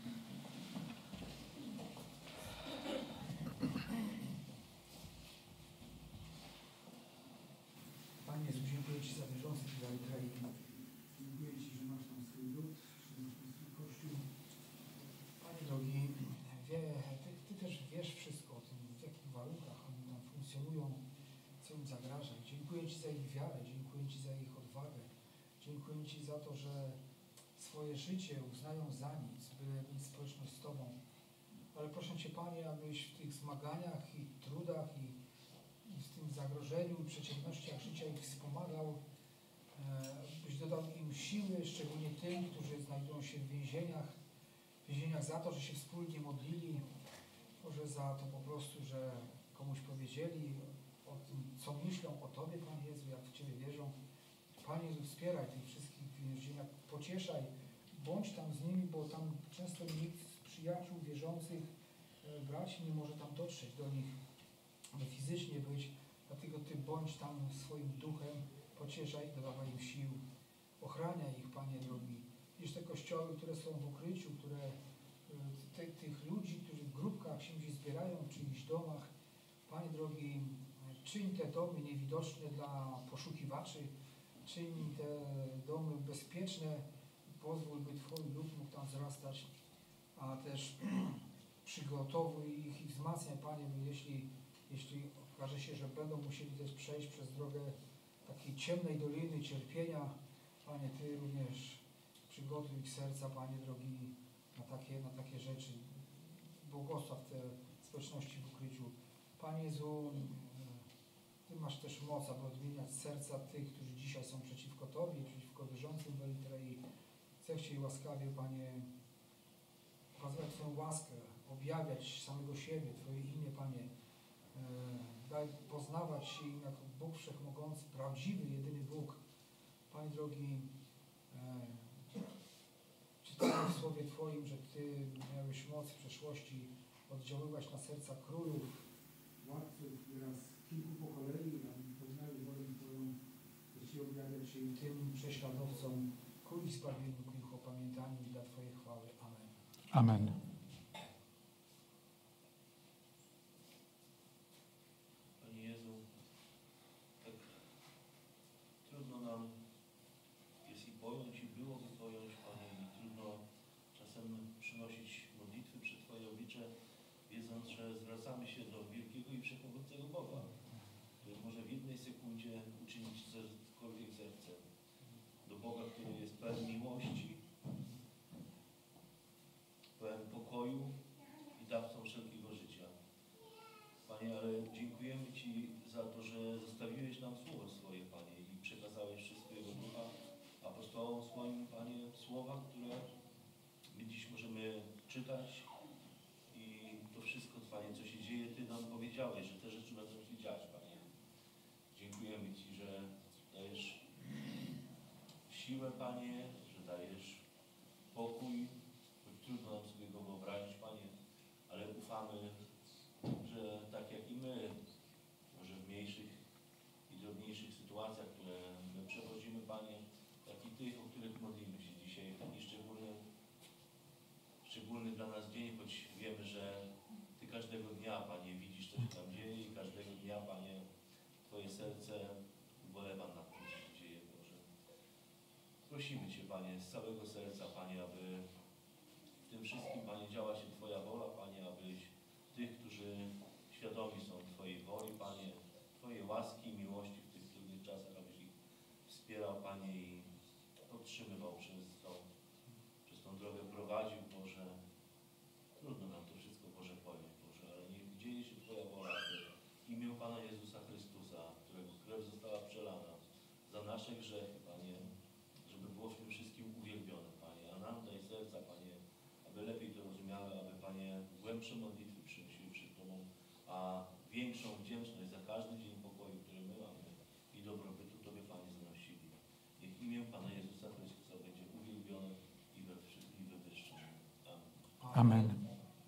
Panie Jezu, dziękuję Ci za wierzących w Erytrei. Dziękuję Ci, że masz tam swój lud, że masz tam swój Kościół. Panie drogi, Ty też wiesz wszystko o tym, w jakich warunkach oni tam funkcjonują, co im zagraża. Dziękuję Ci za ich wiarę, dziękuję Ci za ich odwagę. Dziękuję Ci za to, że swoje życie uznają za nic, by mieć społeczność z Tobą. Ale proszę Cię, Panie, abyś w tych zmaganiach i trudach i w tym zagrożeniu i przeciwnościach życia ich wspomagał, byś dodał im siły, szczególnie tym, którzy znajdują się w więzieniach za to, że się wspólnie modlili, może za to po prostu, że komuś powiedzieli o tym, co myślą o Tobie, Panie Jezu, jak w Ciebie wierzą. Panie Jezu, wspieraj tych wszystkich więzieniach, pocieszaj, bądź tam z nimi, bo tam często nikt z przyjaciół wierzących braci nie może tam dotrzeć do nich, aby fizycznie być, dlatego Ty bądź tam swoim duchem, pocieszaj, dodawaj im sił, ochraniaj ich, Panie drogi. Wiesz, te kościoły, które są w ukryciu, które tych ludzi, którzy w grupkach się gdzieś zbierają w czyichś domach, Panie drogi, czyń te domy niewidoczne dla poszukiwaczy, czyń te domy bezpieczne, pozwól, by Twój lud mógł tam wzrastać, a też przygotowuj ich i wzmacniaj, Panie, bo jeśli okaże się, że będą musieli też przejść przez drogę takiej ciemnej doliny cierpienia, Panie, Ty również przygotuj ich serca, Panie drogi, na takie rzeczy. Błogosław te społeczności w ukryciu. Panie Jezu, Ty masz też moc, aby odmieniać serca tych, którzy dzisiaj są przeciwko Tobie, przeciwko wierzącym w Erytrei. Zechciej Cię łaskawie, Panie, okazywać Twoją łaskę, objawiać samego siebie, Twoje imię, Panie. Daj poznawać się jako Bóg Wszechmogący, prawdziwy, jedyny Bóg. Panie drogi, czytamy w Słowie Twoim, że Ty miałeś moc w przeszłości oddziaływać na serca królów, władców wraz kilku pokoleni, aby poznali wolę Twoją, by Ci objawiać się i tym prześladowcom ku ich zbawieniu, ku ich opamiętaniu i dla Twojej chwały. Amen. Amen. Panie Jezu, tak że zwracamy się do wielkiego i wszechmogącego Boga, który może w jednej sekundzie uczynić cokolwiek zechce. Do Boga, który jest pełen miłości, pełen pokoju i dawcą wszelkiego życia. Panie, ale dziękujemy Ci za to, że zostawiłeś nam Słowo swoje, Panie, i przekazałeś wszystko Jego Ducha apostołom swoim, Panie, słowa, które my dziś możemy czytać i to wszystko, Panie, co się dzieje, Ty nam powiedziałeś, że te rzeczy będą się dziać, Panie. Dziękujemy Ci, że dajesz siłę, Panie, że dajesz pokój, choć trudno nam sobie go wyobrazić, Panie, ale ufamy, że tak jak i my, może w mniejszych i drobniejszych sytuacjach, które my przechodzimy, Panie, tak i tych, o których modlimy się dzisiaj, taki szczególny dla nas dzień, choć wiemy, że Ty każdego dnia, Panie, widzisz, co się tam dzieje i każdego dnia, Panie, Twoje serce ubolewa nad tym, co się dzieje, Boże. Prosimy Cię, Panie, z całego serca, Panie, aby w tym wszystkim, Panie, działa się Twoja wola, Panie, abyś tych, którzy świadomi są Twojej woli, Panie, Twojej łaski i miłości w tych trudnych czasach, abyś ich wspierał, Panie, i podtrzymywał przez tą drogę prowadził, Boże. Trudno nam to wszystko, Boże, pojąć, Boże, ale niech dzieje się Twoja wola, aby w imię Pana Jezusa Chrystusa, którego krew została przelana za nasze grzechy, Panie, żeby było w tym wszystkim uwielbione, Panie, a nam daj serca, Panie, aby lepiej to rozumiały, aby, Panie, głębsze modlitwy przynosiły przed Tobą, a większą wdzięczność za każdy dzień pokoju, który my mamy i dobrobytu Tobie, Panie, zanosili. Niech imię Pana Jezusa Chrystusa będzie uwielbione i wywyższone. Amen. Amen.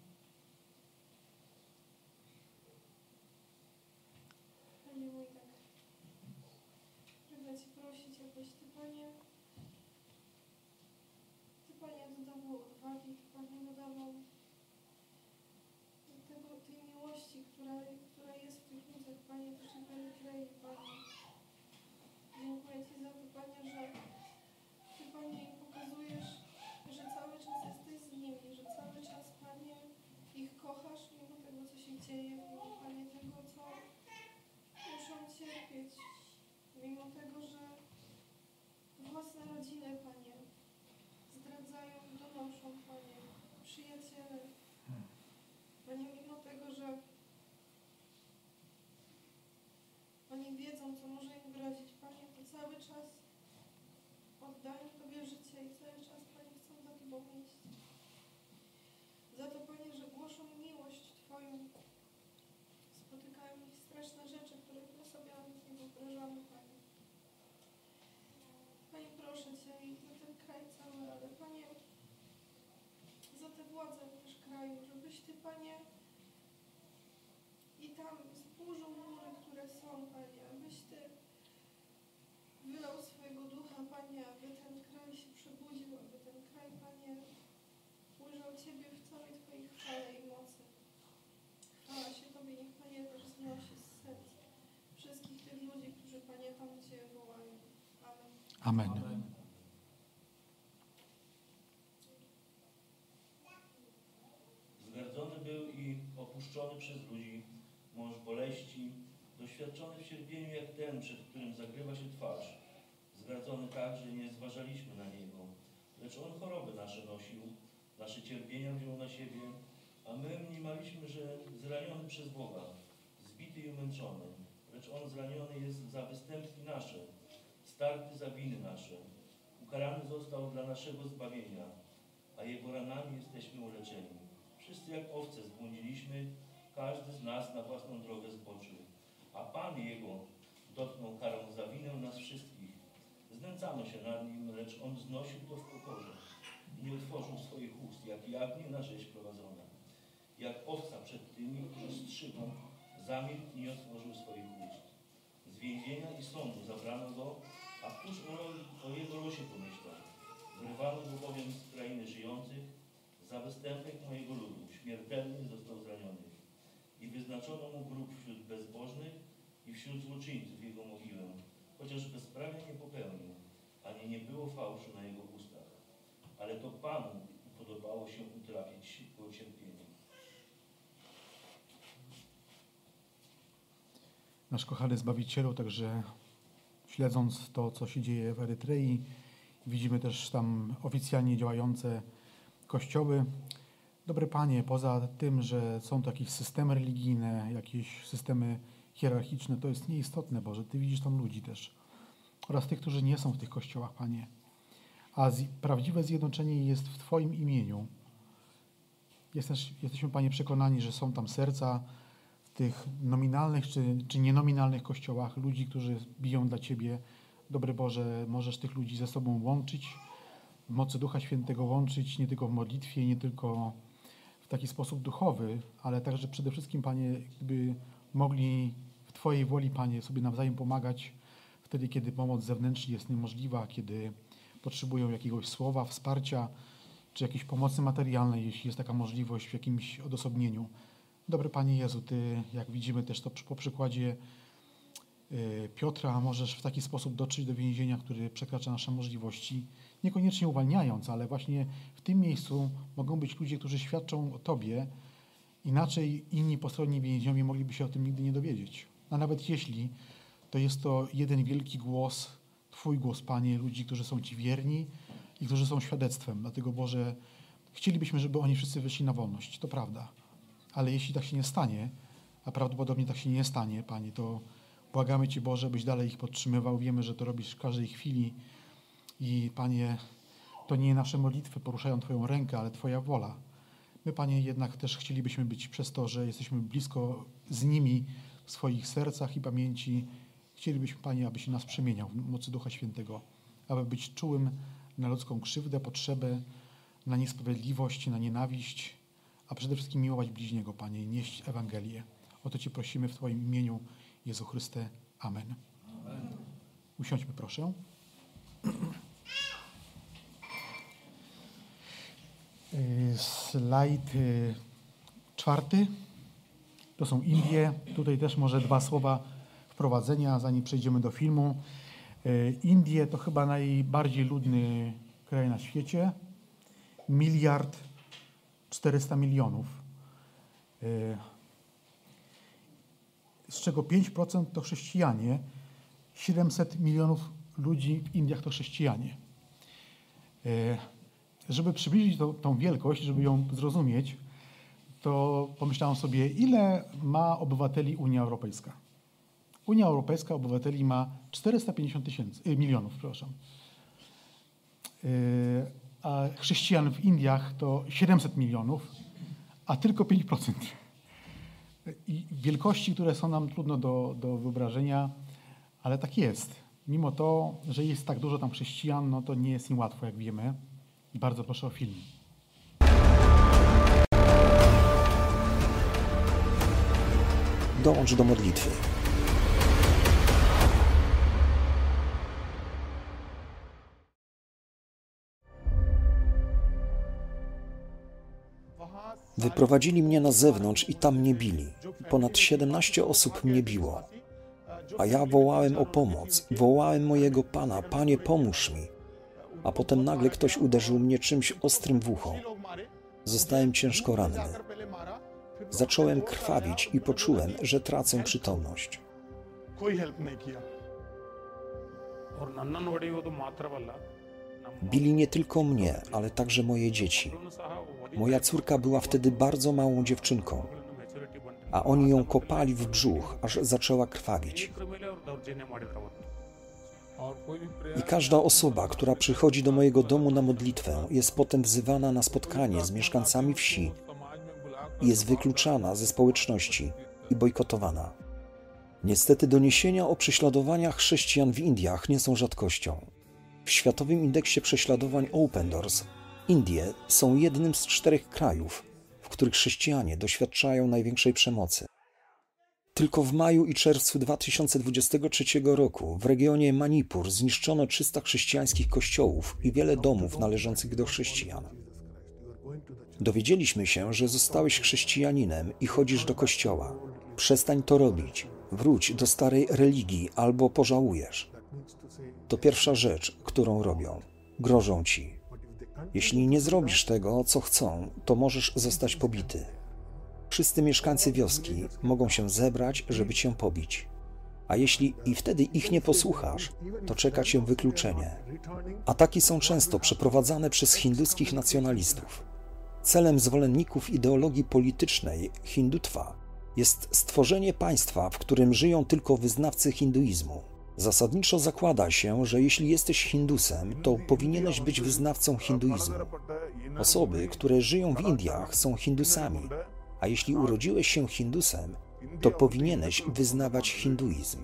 Panie mój, tak pragnę Cię prosić, abyś Ty, Panie, dodawał odwagi, Ty, Panie, dodawał tej miłości, która jest w tych ludziach, Panie, w naszej Erytrei, Panie. Dziękuję Ci za to, Panie, że Ty, Panie, im pokazujesz, że cały czas jesteś z nimi, że cały czas, Panie, ich kochasz, mimo tego, co się dzieje, mimo, Panie, tego, co muszą cierpieć, mimo tego, że własne rodziny, Panie, zdradzają, donoszą, Panie, przyjaciele. Panie, mimo tego, że oni wiedzą, co może im grozić, Panie, to cały czas oddają Tobie życie i cały czas, Panie, chcą za Tobą iść. Za to, Panie, że głoszą miłość Twoją. Spotykają ich straszne rzeczy, których my sobie nawet nie wyobrażamy, Panie. Panie, proszę Cię i za ten kraj cały, ale Panie, za te władze też kraju, żebyś Ty, Panie, i tam zburzył mury, które są, Panie, abyś Ty wylał swojego ducha, Panie, aby ten kraj się przebudził, aby ten kraj, Panie, ujrzał Ciebie w całej Twojej chwale i mocy. Chwała się Tobie, niech, Panie, też znosi z serc wszystkich tych ludzi, którzy, Panie, tam Cię wołają. Amen. Amen. Zgardzony był i opuszczony przez ludzi mąż boleści, doświadczony w cierpieniu jak ten, przed którym zagrywa się twarz. Zgardzony tak, że nie zważaliśmy na niego, lecz on choroby nasze nosił, nasze cierpienia wziął na siebie, a my mniemaliśmy, że zraniony przez Boga, zbity i umęczony, lecz on zraniony jest za występki nasze, starty za winy nasze. Ukarany został dla naszego zbawienia, a jego ranami jesteśmy uleczeni. Wszyscy jak owce zbłądziliśmy, każdy z nas na własną drogę zboczył, a Pan Jego dotknął karą za winę nas wszystkich. Znęcamy się nad Nim, lecz On znosił to w pokorze i nie otworzył swoich ust, jak jagnię na rzeź prowadzona. Jak owca przed tymi, którzy strzygą, zamilkł i nie otworzył swoich ust. Z więzienia i sądu zabrano Go, a któż o Jego losie pomyślał? Wyrwano Go bowiem z krainy żyjących, za występek mojego ludu, śmiertelnie został zraniony. I wyznaczono mu grób wśród bezbożnych i wśród złoczyńców jego mogiłę, chociaż bezprawia nie popełnił, ani nie było fałszu na jego ustach. Ale to Panu podobało się utrapić go cierpienie. nasz kochany Zbawicielu, także śledząc to, co się dzieje w Erytrei, widzimy też tam oficjalnie działające kościoły. Dobry Panie, poza tym, że są to jakieś systemy religijne, jakieś systemy hierarchiczne, to jest nieistotne, Boże. Ty widzisz tam ludzi też oraz tych, którzy nie są w tych kościołach, Panie. A prawdziwe zjednoczenie jest w Twoim imieniu. Jesteśmy, Panie, przekonani, że są tam serca w tych nominalnych czy nienominalnych kościołach, ludzi, którzy biją dla Ciebie. Dobry Boże, możesz tych ludzi ze sobą łączyć, w mocy Ducha Świętego łączyć, nie tylko w modlitwie, nie tylko w taki sposób duchowy, ale także przede wszystkim, Panie, gdyby mogli w Twojej woli, Panie, sobie nawzajem pomagać wtedy, kiedy pomoc zewnętrzna jest niemożliwa, kiedy potrzebują jakiegoś słowa, wsparcia, czy jakiejś pomocy materialnej, jeśli jest taka możliwość w jakimś odosobnieniu. Dobry Panie Jezu, Ty, jak widzimy też to po przykładzie Piotra, możesz w taki sposób dotrzeć do więzienia, który przekracza nasze możliwości, niekoniecznie uwalniając, ale właśnie w tym miejscu mogą być ludzie, którzy świadczą o Tobie. Inaczej inni postronni więźniowie mogliby się o tym nigdy nie dowiedzieć. A nawet jeśli, to jest to jeden wielki głos, Twój głos, Panie, ludzi, którzy są Ci wierni i którzy są świadectwem. Dlatego, Boże, chcielibyśmy, żeby oni wszyscy wyszli na wolność. To prawda. Ale jeśli tak się nie stanie, a prawdopodobnie tak się nie stanie, Panie, to błagamy Cię, Boże, byś dalej ich podtrzymywał. Wiemy, że to robisz w każdej chwili i, Panie, to nie nasze modlitwy poruszają Twoją rękę, ale Twoja wola. My, Panie, jednak też chcielibyśmy być przez to, że jesteśmy blisko z nimi w swoich sercach i pamięci. Chcielibyśmy, Panie, abyś nas przemieniał w mocy Ducha Świętego, aby być czułym na ludzką krzywdę, potrzebę, na niesprawiedliwość, na nienawiść, a przede wszystkim miłować bliźniego, Panie, i nieść Ewangelię. O to Cię prosimy w Twoim imieniu, Jezu Chryste. Amen. Amen. Usiądźmy, proszę. Slajd 4. To są Indie. Tutaj też może 2 słowa wprowadzenia, zanim przejdziemy do filmu. Indie to chyba najbardziej ludny kraj na świecie. 1,4 miliarda. Z czego 5% to chrześcijanie. 700 milionów ludzi w Indiach to chrześcijanie. Żeby przybliżyć tą wielkość, żeby ją zrozumieć, to pomyślałem sobie, ile ma obywateli Unia Europejska. Unia Europejska obywateli ma 450 milionów, przepraszam. A chrześcijan w Indiach to 700 milionów, a tylko 5%. I wielkości, które są nam trudno do wyobrażenia, ale tak jest. Mimo to, że jest tak dużo tam chrześcijan, no to nie jest im łatwo, jak wiemy. I bardzo proszę o film. Dołącz do modlitwy. Wyprowadzili mnie na zewnątrz i tam mnie bili. Ponad 17 osób mnie biło. A ja wołałem o pomoc, wołałem mojego Pana, Panie, pomóż mi. A potem nagle ktoś uderzył mnie czymś ostrym w ucho. Zostałem ciężko ranny. Zacząłem krwawić i poczułem, że tracę przytomność. Bili nie tylko mnie, ale także moje dzieci. Moja córka była wtedy bardzo małą dziewczynką, a oni ją kopali w brzuch, aż zaczęła krwawić. I każda osoba, która przychodzi do mojego domu na modlitwę, jest potem wzywana na spotkanie z mieszkańcami wsi, jest wykluczana ze społeczności i bojkotowana. Niestety doniesienia o prześladowaniach chrześcijan w Indiach nie są rzadkością. W Światowym Indeksie Prześladowań Open Doors Indie są jednym z 4 krajów, w których chrześcijanie doświadczają największej przemocy. Tylko w maju i czerwcu 2023 roku w regionie Manipur zniszczono 300 chrześcijańskich kościołów i wiele domów należących do chrześcijan. Dowiedzieliśmy się, że zostałeś chrześcijaninem i chodzisz do kościoła. Przestań to robić. Wróć do starej religii albo pożałujesz. To pierwsza rzecz, którą robią. Grożą ci. Jeśli nie zrobisz tego, co chcą, to możesz zostać pobity. Wszyscy mieszkańcy wioski mogą się zebrać, żeby cię pobić. A jeśli i wtedy ich nie posłuchasz, to czeka cię wykluczenie. Ataki są często przeprowadzane przez hinduskich nacjonalistów. Celem zwolenników ideologii politycznej hindutwa jest stworzenie państwa, w którym żyją tylko wyznawcy hinduizmu. Zasadniczo zakłada się, że jeśli jesteś Hindusem, to powinieneś być wyznawcą hinduizmu. Osoby, które żyją w Indiach, są Hindusami, a jeśli urodziłeś się Hindusem, to powinieneś wyznawać hinduizm.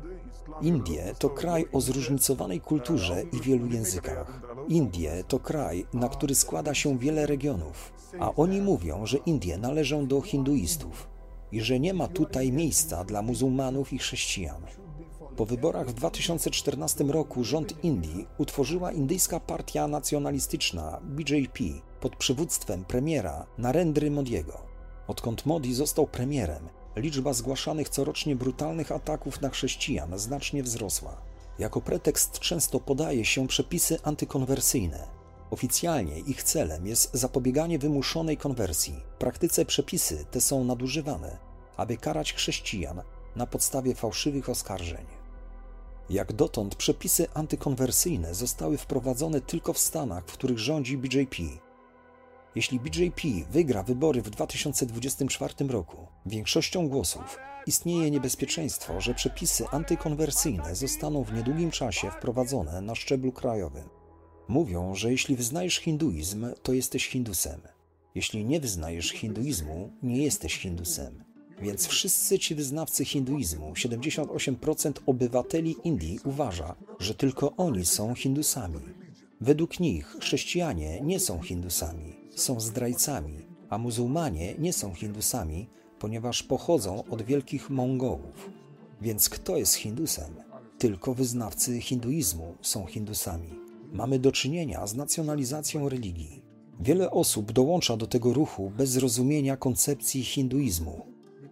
Indie to kraj o zróżnicowanej kulturze i wielu językach. Indie to kraj, na który składa się wiele regionów, a oni mówią, że Indie należą do hinduistów i że nie ma tutaj miejsca dla muzułmanów i chrześcijan. Po wyborach w 2014 roku rząd Indii utworzyła indyjska partia nacjonalistyczna BJP pod przywództwem premiera Narendry Modiego. Odkąd Modi został premierem, liczba zgłaszanych corocznie brutalnych ataków na chrześcijan znacznie wzrosła. Jako pretekst często podaje się przepisy antykonwersyjne. Oficjalnie ich celem jest zapobieganie wymuszonej konwersji. W praktyce przepisy te są nadużywane, aby karać chrześcijan na podstawie fałszywych oskarżeń. Jak dotąd przepisy antykonwersyjne zostały wprowadzone tylko w Stanach, w których rządzi BJP. Jeśli BJP wygra wybory w 2024 roku większością głosów, istnieje niebezpieczeństwo, że przepisy antykonwersyjne zostaną w niedługim czasie wprowadzone na szczeblu krajowym. Mówią, że jeśli wyznajesz hinduizm, to jesteś Hindusem. Jeśli nie wyznajesz hinduizmu, nie jesteś Hindusem. Więc wszyscy ci wyznawcy hinduizmu, 78% obywateli Indii uważa, że tylko oni są Hindusami. Według nich chrześcijanie nie są Hindusami, są zdrajcami, a muzułmanie nie są Hindusami, ponieważ pochodzą od wielkich Mongołów. Więc kto jest Hindusem? Tylko wyznawcy hinduizmu są Hindusami. Mamy do czynienia z nacjonalizacją religii. Wiele osób dołącza do tego ruchu bez zrozumienia koncepcji hinduizmu.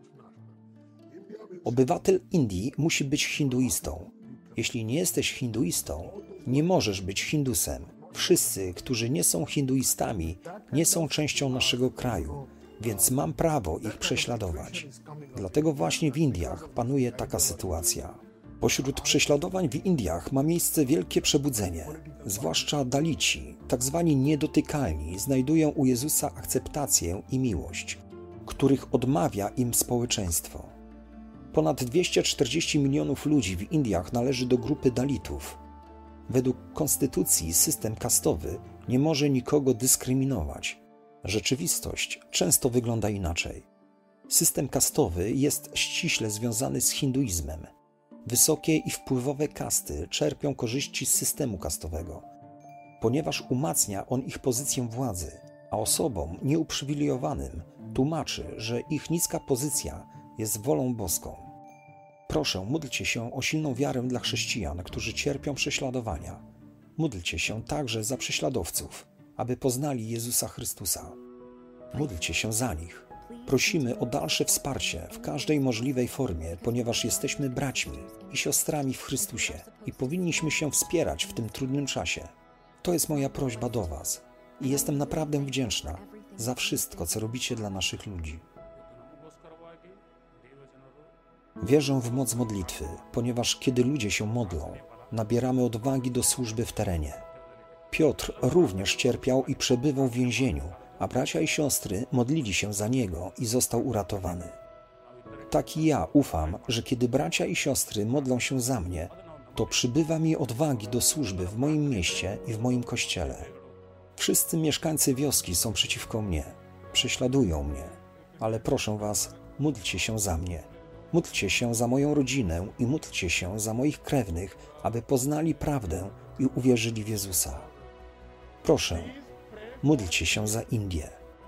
Obywatel Indii musi być hinduistą. Jeśli nie jesteś hinduistą, nie możesz być Hindusem. Wszyscy, którzy nie są hinduistami, nie są częścią naszego kraju, więc mam prawo ich prześladować. Dlatego właśnie w Indiach panuje taka sytuacja. Pośród prześladowań w Indiach ma miejsce wielkie przebudzenie. Zwłaszcza Dalici, tak zwani niedotykalni, znajdują u Jezusa akceptację i miłość, których odmawia im społeczeństwo. Ponad 240 milionów ludzi w Indiach należy do grupy Dalitów. Według konstytucji system kastowy nie może nikogo dyskryminować. Rzeczywistość często wygląda inaczej. System kastowy jest ściśle związany z hinduizmem. Wysokie i wpływowe kasty czerpią korzyści z systemu kastowego, ponieważ umacnia on ich pozycję władzy, a osobom nieuprzywilejowanym tłumaczy, że ich niska pozycja jest wolą boską. Proszę, módlcie się o silną wiarę dla chrześcijan, którzy cierpią prześladowania. Módlcie się także za prześladowców, aby poznali Jezusa Chrystusa. Módlcie się za nich. Prosimy o dalsze wsparcie w każdej możliwej formie, ponieważ jesteśmy braćmi i siostrami w Chrystusie i powinniśmy się wspierać w tym trudnym czasie. To jest moja prośba do Was i jestem naprawdę wdzięczna za wszystko, co robicie dla naszych ludzi. Wierzę w moc modlitwy, ponieważ kiedy ludzie się modlą, nabieramy odwagi do służby w terenie. Piotr również cierpiał i przebywał w więzieniu, a bracia i siostry modlili się za niego i został uratowany. Tak i ja ufam, że kiedy bracia i siostry modlą się za mnie, to przybywa mi odwagi do służby w moim mieście i w moim kościele. Wszyscy mieszkańcy wioski są przeciwko mnie, prześladują mnie, ale proszę Was, módlcie się za mnie. Módlcie się za moją rodzinę i módlcie się za moich krewnych, aby poznali prawdę i uwierzyli w Jezusa. Proszę, módlcie się za Indię.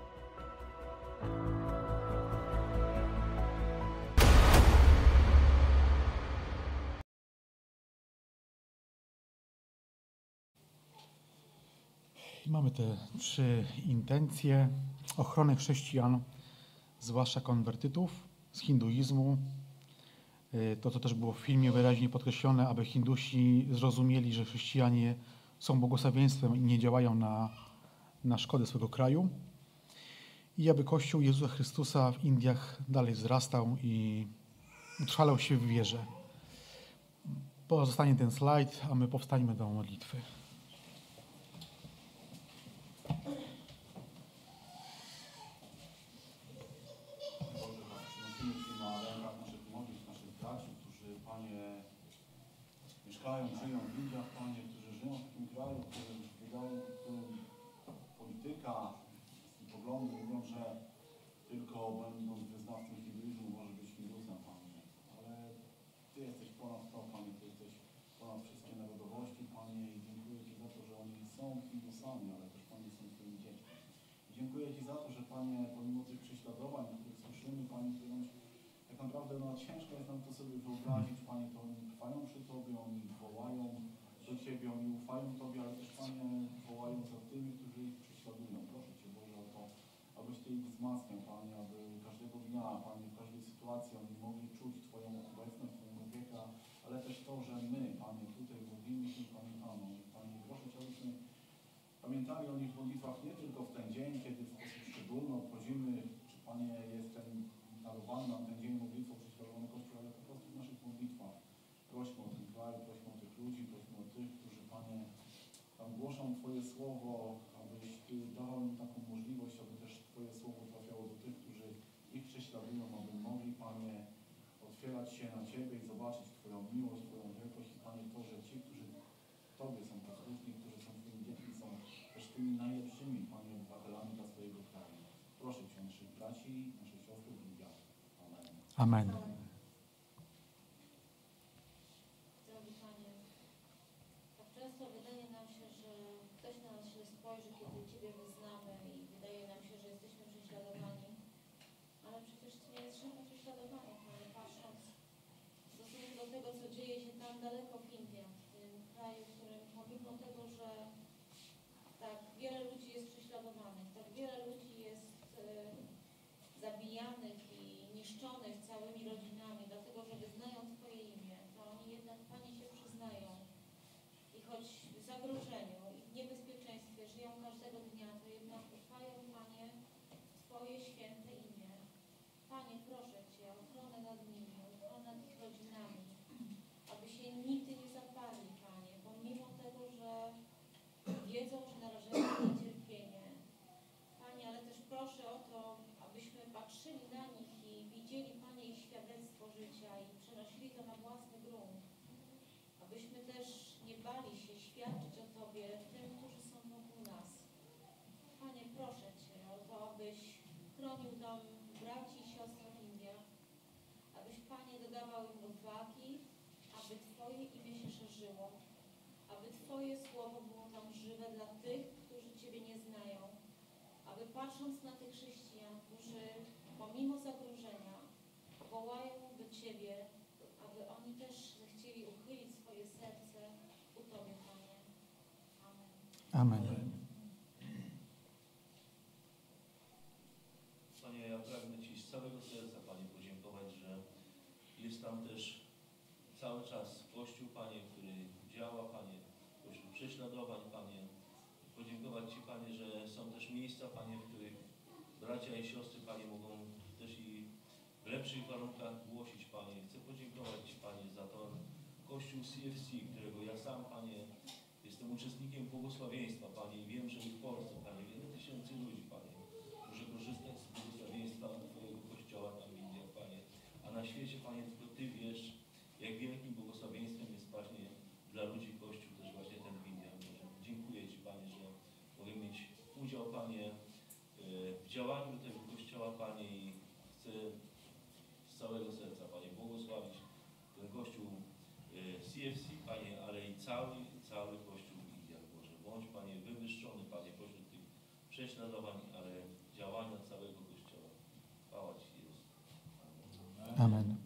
Mamy te 3 intencje: ochrony chrześcijan, zwłaszcza konwertytów z hinduizmu. To, co też było w filmie wyraźnie podkreślone, aby Hindusi zrozumieli, że chrześcijanie są błogosławieństwem i nie działają na szkodę swego kraju. I aby Kościół Jezusa Chrystusa w Indiach dalej wzrastał i utrwalał się w wierze. pozostanie ten slajd, a my powstańmy do modlitwy. Żyją w Indiach, Panie, którzy żyją w takim kraju, w którym polityka i poglądy mówią, że tylko będąc wyznawcą hinduizmu może być Hindusem, Panie. Ale Ty jesteś ponad to, Panie, Ty jesteś ponad wszystkie narodowości, Panie, i dziękuję Ci za to, że oni są Hindusami, ale też, Panie, są Twoimi dziećmi. I dziękuję Ci za to, że, Panie, pomimo tych prześladowań, o których słyszymy, Panie, które tak naprawdę ciężko jest nam to sobie wyobrazić, Panie, to oni trwają przy Tobie, oni wołają do Ciebie, oni ufają Tobie, ale też, Panie, wołają za tymi, którzy ich prześladują. Proszę Cię, Boże, o to, abyś Ty ich wzmacniał, Panie, aby każdego dnia, Panie, w każdej sytuacji oni mogli czuć Twoją obecność, Twoją opiekę, ale też to, że my, Panie, tutaj modlimy się i pamiętamy. Panie, proszę Cię, abyśmy pamiętali o nich w modlitwach nie tylko w ten dzień, kiedy w sposób szczególny obchodzimy, czy, Panie, jest ten darowany nam ten dzień modlitwą prześladowany Kościół, ale po prostu w naszych modlitwach. Prośmy o ten kraj, prośmy o tych ludzi, prośmy o tych, którzy, Panie, tam głoszą Twoje słowo, abyś Ty dawał im taką możliwość, aby też Twoje słowo trafiało do tych, którzy ich prześladują, aby mogli, Panie, otwierać się na Ciebie i zobaczyć Twoją miłość, Twoją wielkość i, Panie, to, że ci, którzy Tobie są posłuszni, którzy są Twoimi dziećmi, są też tymi najlepszymi, Panie, obywatelami dla swojego kraju. Proszę Cię, naszych braci, nasze siostry w Indiach. Amen. Amen. Drogi Panie, tak często wydaje nam się, że ktoś na nas źle spojrzy, kiedy Ciebie wyznamy i wydaje nam się, że jesteśmy prześladowani, ale przecież Ty nie jest żadne prześladowanie, Panie, patrząc w stosunku do tego, co dzieje się tam daleko w Indiach, w tym kraju, w którym pomimo tego, że tak wiele ludzi jest prześladowanych, tak wiele ludzi jest zabijanych i niszczonych całymi rodzinami, dlatego że wyznają Twoje imię, to oni jednak, Panie, się przyznają i choć w zagrożeniu i w niebezpieczeństwie żyją każdego dnia, to jednak ufają, Panie, w Twoje święte imię. Panie, proszę Cię o ochronę nad nimi, o ochronę nad ich rodzinami, aby się nigdy nie zaparli, Panie, pomimo tego, że wiedzą, że narażają na cierpienie. Panie, ale też proszę o to, abyśmy patrzyli na nich i widzieli, Panie, ich świadectwo życia i przenosili to na własny grunt. Abyśmy też nie bali się świadczyć o Tobie tym, którzy są wokół nas. Panie, proszę Cię o to, abyś chronił dom braci i siostr w Indiach, abyś, Panie, dodawał im odwagi, aby Twoje imię się szerzyło, aby Twoje słowo było tam żywe dla tych, którzy Ciebie nie znają, aby patrząc na tych chrześcijan, którzy pomimo zagrożenia wołają do Ciebie, aby oni też zechcieli uchylić swoje serce ku Tobie, Panie. Amen. Amen. Panie, ja pragnę Ci z całego serca, Panie, podziękować, że jest tam też cały czas Kościół, Panie, który działa, Panie, Kościół prześladowań, Panie. Podziękować Ci, Panie, że są też miejsca, Panie, w których bracia i siostry, Panie, mogą też i w lepszych warunkach głosić, Panie. Chcę podziękować Ci, Panie, za to Kościół CFC, którego ja sam, Panie, jestem uczestnikiem błogosławieństwa, Panie, i wiem, że w Polsce, Panie, wiele tysięcy ludzi, Panie, może korzystać z błogosławieństwa Twojego Kościoła tam w Indiach, Panie. A na świecie, Panie, tylko Ty wiesz, jak wielkim błogosławieństwem jest właśnie dla ludzi Kościół też właśnie ten w Indiach. Dziękuję Ci, Panie, że mogę mieć udział, Panie, w działaniu tego Kościoła, Panie, i chcę z całego serca, Panie, błogosławić ten Kościół CFC, Panie, ale i cały Kościół w Indiach, Boże. Bądź, Panie, wywyższony, Panie, pośród tych prześladowań, ale działania całego Kościoła. Chwała Ci, Jezus. Amen.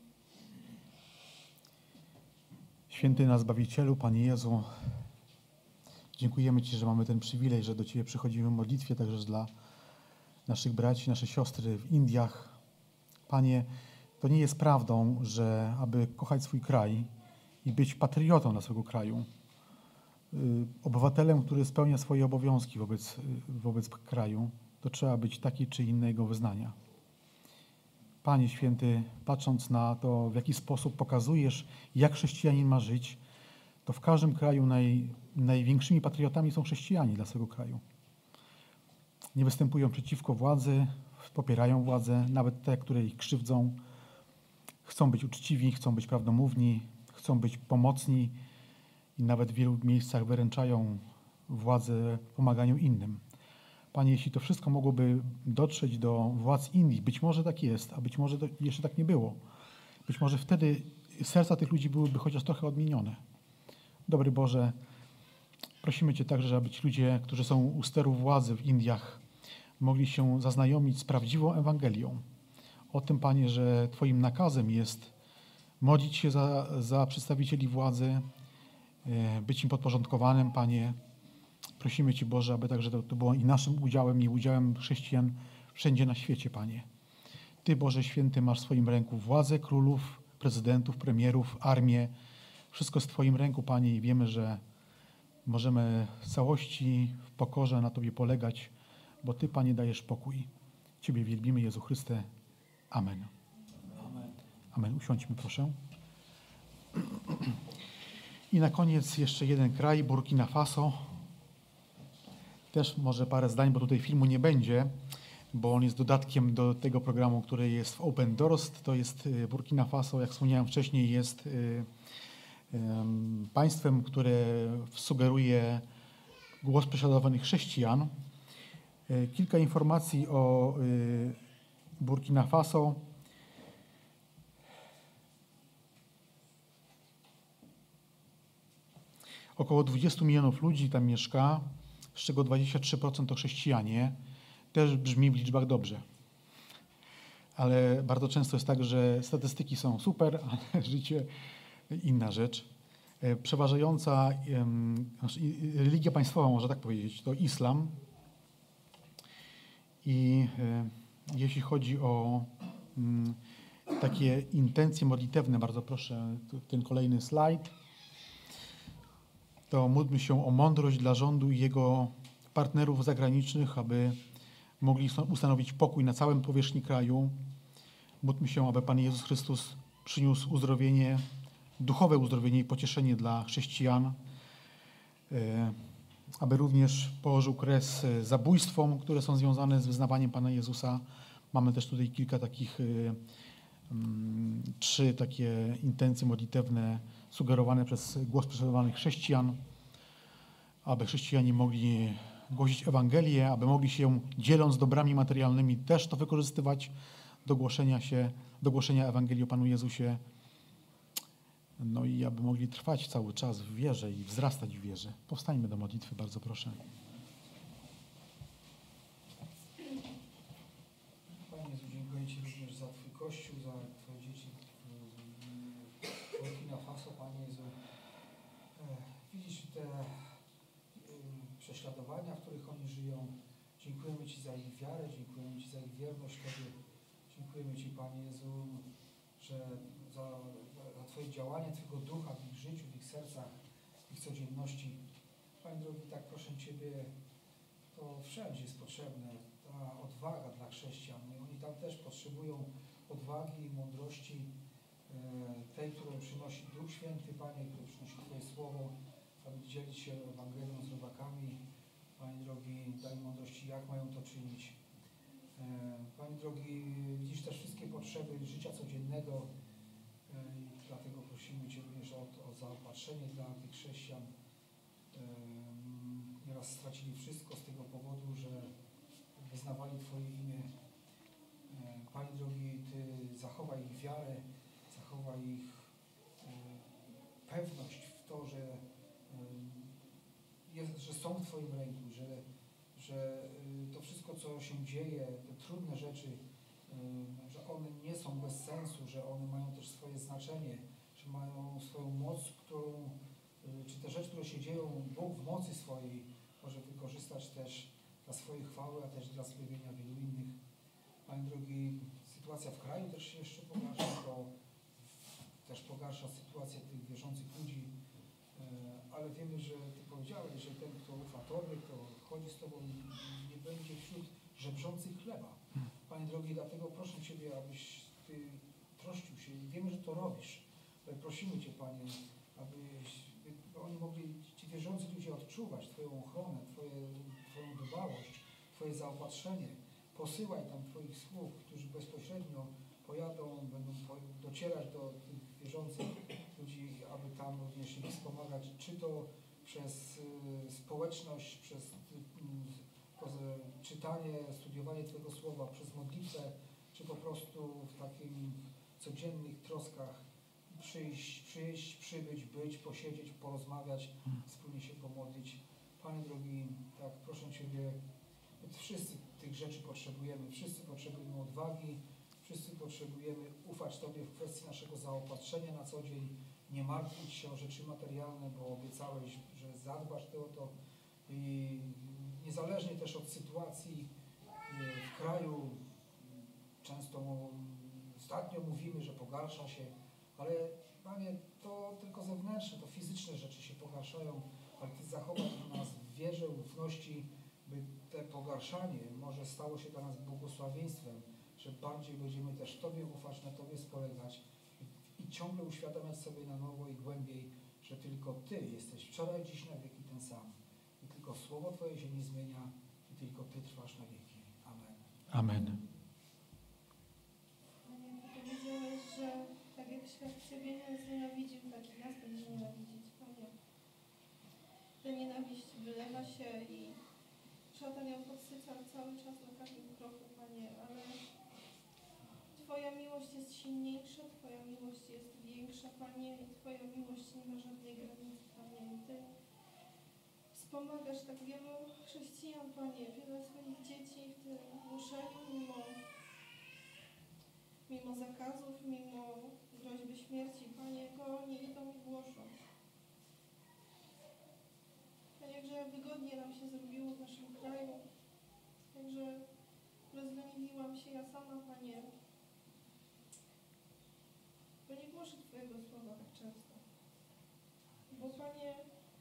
Święty nas Zbawicielu, Panie Jezu, dziękujemy Ci, że mamy ten przywilej, że do Ciebie przychodzimy w modlitwie, także dla naszych braci, nasze siostry w Indiach. Panie, to nie jest prawdą, że aby kochać swój kraj i być patriotą dla swojego kraju, obywatelem, który spełnia swoje obowiązki wobec kraju, to trzeba być taki czy innego wyznania. Panie Święty, patrząc na to, w jaki sposób pokazujesz, jak chrześcijanin ma żyć, to w każdym kraju największymi patriotami są chrześcijanie dla swojego kraju. Nie występują przeciwko władzy, popierają władzę, nawet te, które ich krzywdzą. Chcą być uczciwi, chcą być prawdomówni, chcą być pomocni i nawet w wielu miejscach wyręczają władzę pomaganiu innym. Panie, jeśli to wszystko mogłoby dotrzeć do władz Indii, być może tak jest, a być może to jeszcze tak nie było. Być może wtedy serca tych ludzi byłyby chociaż trochę odmienione. Dobry Boże, prosimy Cię także, aby ci ludzie, którzy są u steru władzy w Indiach, mogli się zaznajomić z prawdziwą Ewangelią. O tym, Panie, że Twoim nakazem jest modlić się za przedstawicieli władzy, być im podporządkowanym, Panie. Prosimy Cię, Boże, aby także to było i naszym udziałem, i udziałem chrześcijan wszędzie na świecie, Panie. Ty, Boże Święty, masz w swoim ręku władzę królów, prezydentów, premierów, armię. Wszystko jest w Twoim ręku, Panie, i wiemy, że możemy w całości, w pokorze na Tobie polegać, bo Ty, Panie, dajesz pokój. Ciebie wielbimy, Jezu Chryste. Amen. Amen. Amen. Usiądźmy, proszę. I na koniec jeszcze jeden kraj, Burkina Faso. Też może parę zdań, bo tutaj filmu nie będzie, bo on jest dodatkiem do tego programu, który jest w Open Doors. To jest Burkina Faso, jak wspomniałem wcześniej, jest państwem, które sugeruje głos prześladowanych chrześcijan. Kilka informacji o Burkina Faso. Około 20 milionów ludzi tam mieszka, z czego 23% to chrześcijanie. Też brzmi w liczbach dobrze. Ale bardzo często jest tak, że statystyki są super, ale życie inna rzecz. Przeważająca religia państwowa, można tak powiedzieć, to islam. I jeśli chodzi o takie intencje modlitewne, bardzo proszę, ten kolejny slajd, to módlmy się o mądrość dla rządu i jego partnerów zagranicznych, aby mogli ustanowić pokój na całym powierzchni kraju. Módlmy się, aby Pan Jezus Chrystus przyniósł uzdrowienie, duchowe uzdrowienie i pocieszenie dla chrześcijan, aby również położył kres zabójstwom, które są związane z wyznawaniem Pana Jezusa. Mamy też tutaj kilka takich, 3 takie intencje modlitewne sugerowane przez głos prześladowanych chrześcijan, aby chrześcijanie mogli głosić Ewangelię, aby mogli się, dzieląc dobrami materialnymi, też to wykorzystywać do głoszenia Ewangelii o Panu Jezusie. No i aby mogli trwać cały czas w wierze i wzrastać w wierze. Powstańmy do modlitwy, bardzo proszę. Panie Jezu, dziękuję Ci również za Twój Kościół, za Twoje dzieci w Burkina Faso, Panie Jezu. Widzisz te prześladowania, w których oni żyją. Dziękujemy Ci za ich wiarę, dziękujemy Ci za ich wierność Tobie. Dziękujemy Ci, Panie Jezu, że za Twoje działanie, Twojego ducha w ich życiu, w ich sercach, w ich codzienności. Panie drogi, tak proszę Ciebie, to wszędzie jest potrzebne ta odwaga dla chrześcijan. I oni tam też potrzebują odwagi i mądrości, tej, którą przynosi Duch Święty, Panie, który przynosi Twoje Słowo, aby dzielić się Ewangelią z robakami. Panie drogi, daj mądrości, jak mają to czynić. Panie drogi, widzisz też wszystkie potrzeby życia codziennego i dlatego prosimy Cię również o zaopatrzenie dla tych chrześcijan. Nieraz stracili wszystko z tego powodu, że wyznawali Twoje imię. Panie drogi, Ty zachowaj ich wiarę, zachowaj ich pewność w to, że są w Twoim ręku, że to wszystko, co się dzieje, te trudne rzeczy, że one nie są bez sensu, że one mają też swoje znaczenie, że mają swoją moc, czy te rzeczy, które się dzieją, Bóg w mocy swojej może wykorzystać też dla swojej chwały, a też dla zbawienia wielu innych. Panie drogi, sytuacja w kraju też się jeszcze pogarsza, to też pogarsza sytuację tych wierzących ludzi, ale wiemy, że Ty powiedziałeś, że ten, kto ufa Tobie, kto chodzi z Tobą, nie będzie wśród żebrzących chleba. Panie drogi, dlatego proszę Ciebie, abyś Ty troszczył się i wiemy, że to robisz. Prosimy Cię, Panie, aby oni mogli, ci wierzący ludzie, odczuwać Twoją ochronę, Twoją dbałość, Twoje zaopatrzenie. Posyłaj tam Twoich sług, którzy bezpośrednio pojadą, będą docierać do tych wierzących ludzi, aby tam również ich wspomagać, czy to przez społeczność, przez czytanie, studiowanie Twojego Słowa, przez modlitwę, czy po prostu w takim codziennych troskach przybyć, być, posiedzieć, porozmawiać, wspólnie się pomodlić. Panie drogi, tak proszę Ciebie, wszyscy tych rzeczy potrzebujemy, wszyscy potrzebujemy odwagi, wszyscy potrzebujemy ufać Tobie w kwestii naszego zaopatrzenia na co dzień, nie martwić się o rzeczy materialne, bo obiecałeś, że zadbasz Ty o to i niezależnie też od sytuacji w kraju, często ostatnio mówimy, że pogarsza się, ale Panie, to tylko zewnętrzne, to fizyczne rzeczy się pogarszają, ale Ty zachowaj w nas wierze, ufności, by te pogarszanie może stało się dla nas błogosławieństwem, że bardziej będziemy też Tobie ufać, na Tobie spolegać i ciągle uświadamiać sobie na nowo i głębiej, że tylko Ty jesteś wczoraj, dziś, na wieki ten sam. I tylko Słowo Twoje się nie zmienia i tylko Ty trwasz na wieki. Amen. Amen. Panie, powiedziałeś, że tak jak świat Ciebie nie znienawidził, tak i nas będzie nienawidzić. Panie, ta nienawiść wylewa się i szatan ją podsyca cały czas na każdym kroku, Panie, ale Twoja miłość jest silniejsza, Twoja miłość jest większa, Panie, i Twoja miłość nie ma żadnej granicy, Panie. I Ty wspomagasz tak wielu chrześcijan, Panie, wiele swoich dzieci w tym głoszeniu, mimo zakazów, mimo groźby śmierci, Panie, to oni idą i głoszą. Panie, jakże wygodnie nam się zrobiło w naszym kraju, jakże rozleniwiłam się ja sama, Panie, bo nie głoszę Twojego słowa tak często. Bo, Panie,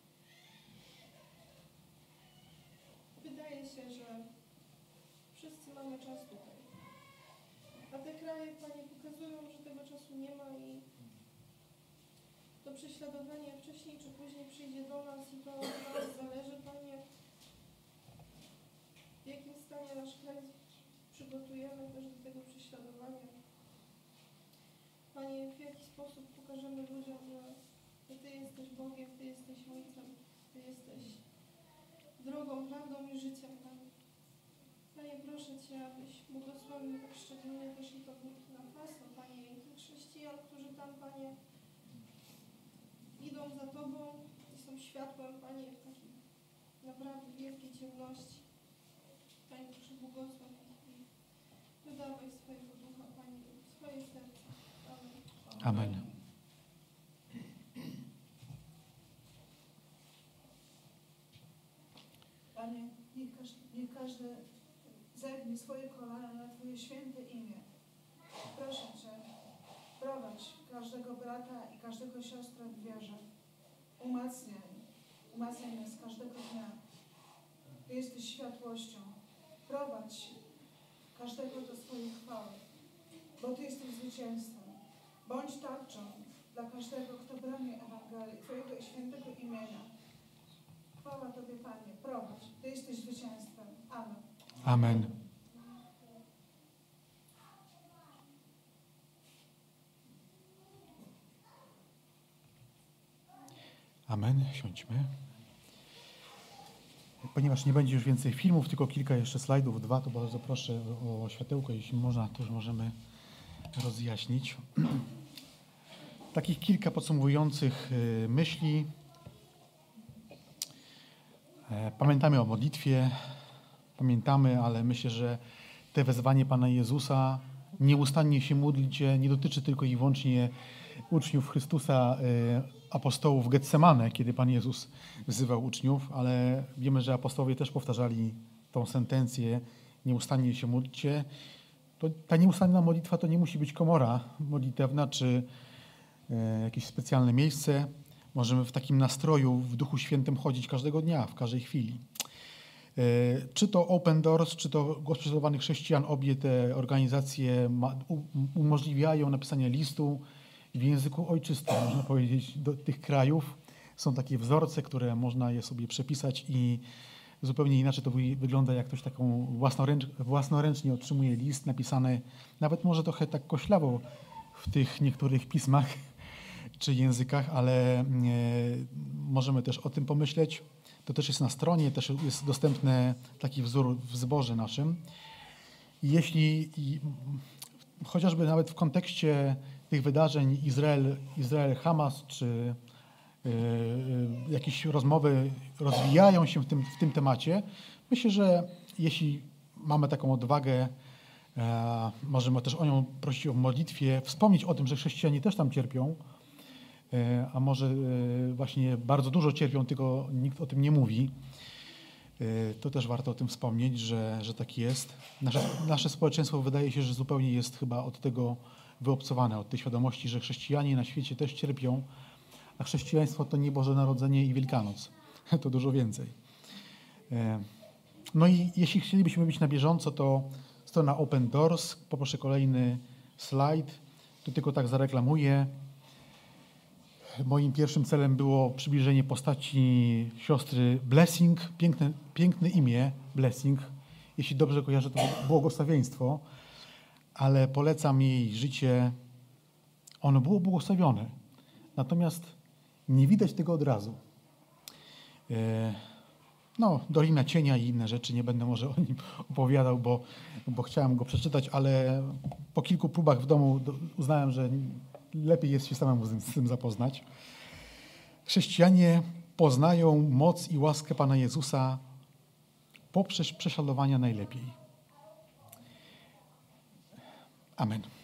wydaje się, że wszyscy mamy czas tutaj. A te kraje, Panie, pokazują, że tego czasu nie ma i to prześladowanie wcześniej czy później przyjdzie do nas i to od nas zależy, Panie, w jakim stanie nasz kraj przygotujemy też do tego prześladowania. Panie, w jaki sposób pokażemy ludziom, że Ty jesteś Bogiem, Ty jesteś Ojcem, Ty jesteś drogą, prawdą i życiem, Panie. Panie, proszę Cię, abyś błogosławił tak szczególnie też i to Burkina Faso, Panie, i tych chrześcijan, którzy tam, Panie, idą za Tobą i są światłem, Panie, w takiej naprawdę wielkiej ciemności. Panie, proszę błogosław ich i wydawaj swojego ducha, Panie, w swoje serce. Amen. Amen. Panie, niech każdy zerknie swoje kolana na Twoje święte imię. Proszę Cię, prowadź każdego brata i każdego siostrę w wierze. Umacniaj nas każdego dnia. Ty jesteś światłością. Prowadź każdego do swojej chwały, bo Ty jesteś zwycięzcą. Bądź tarczą dla każdego, kto broni Ewangelii, Twojego świętego imienia. Chwała Tobie, Panie. Prowadź. Ty jesteś zwycięstwem. Amen. Amen. Amen. Siądźmy. Ponieważ nie będzie już więcej filmów, tylko kilka jeszcze slajdów, 2, to bardzo proszę o światełko, jeśli można, to już możemy rozjaśnić. Takich kilka podsumowujących myśli. Pamiętamy o modlitwie, pamiętamy, ale myślę, że te wezwanie Pana Jezusa nieustannie się modlić nie dotyczy tylko i wyłącznie uczniów Chrystusa, apostołów w Getsemane, kiedy Pan Jezus wzywał uczniów, ale wiemy, że apostołowie też powtarzali tą sentencję, nieustannie się módlcie. Ta nieustanna modlitwa to nie musi być komora modlitewna, czy jakieś specjalne miejsce. Możemy w takim nastroju, w Duchu Świętym chodzić każdego dnia, w każdej chwili. Czy to Open Doors, czy to Głos Prześladowanych Chrześcijan, obie te organizacje umożliwiają napisanie listu w języku ojczystym, można powiedzieć, do tych krajów. Są takie wzorce, które można je sobie przepisać i zupełnie inaczej to wygląda, jak ktoś taką własnoręcznie otrzymuje list napisany, nawet może trochę tak koślawo w tych niektórych pismach czy językach, ale możemy też o tym pomyśleć. To też jest na stronie, też jest dostępny taki wzór w zborze naszym. Jeśli chociażby nawet w kontekście tych wydarzeń Izrael-Hamas, czy jakieś rozmowy rozwijają się w tym temacie, myślę, że jeśli mamy taką odwagę, możemy też o nią prosić o modlitwie, wspomnieć o tym, że chrześcijanie też tam cierpią, a może właśnie bardzo dużo cierpią, tylko nikt o tym nie mówi. To też warto o tym wspomnieć, że tak jest. Nasze społeczeństwo wydaje się, że zupełnie jest chyba od tego wyobcowane, od tej świadomości, że chrześcijanie na świecie też cierpią, a chrześcijaństwo to nie Boże Narodzenie i Wielkanoc. To dużo więcej. No i jeśli chcielibyśmy być na bieżąco, to strona Open Doors. Poproszę kolejny slajd. Tu tylko tak zareklamuję. Moim pierwszym celem było przybliżenie postaci siostry Blessing. Piękne imię Blessing. Jeśli dobrze kojarzę, to błogosławieństwo, ale polecam jej życie. Ono było błogosławione. Natomiast nie widać tego od razu. Dolina Cienia i inne rzeczy, nie będę może o nim opowiadał, bo chciałem go przeczytać, ale po kilku próbach w domu uznałem, że lepiej jest się samemu z tym zapoznać. Chrześcijanie poznają moc i łaskę Pana Jezusa poprzez prześladowania najlepiej. Amen.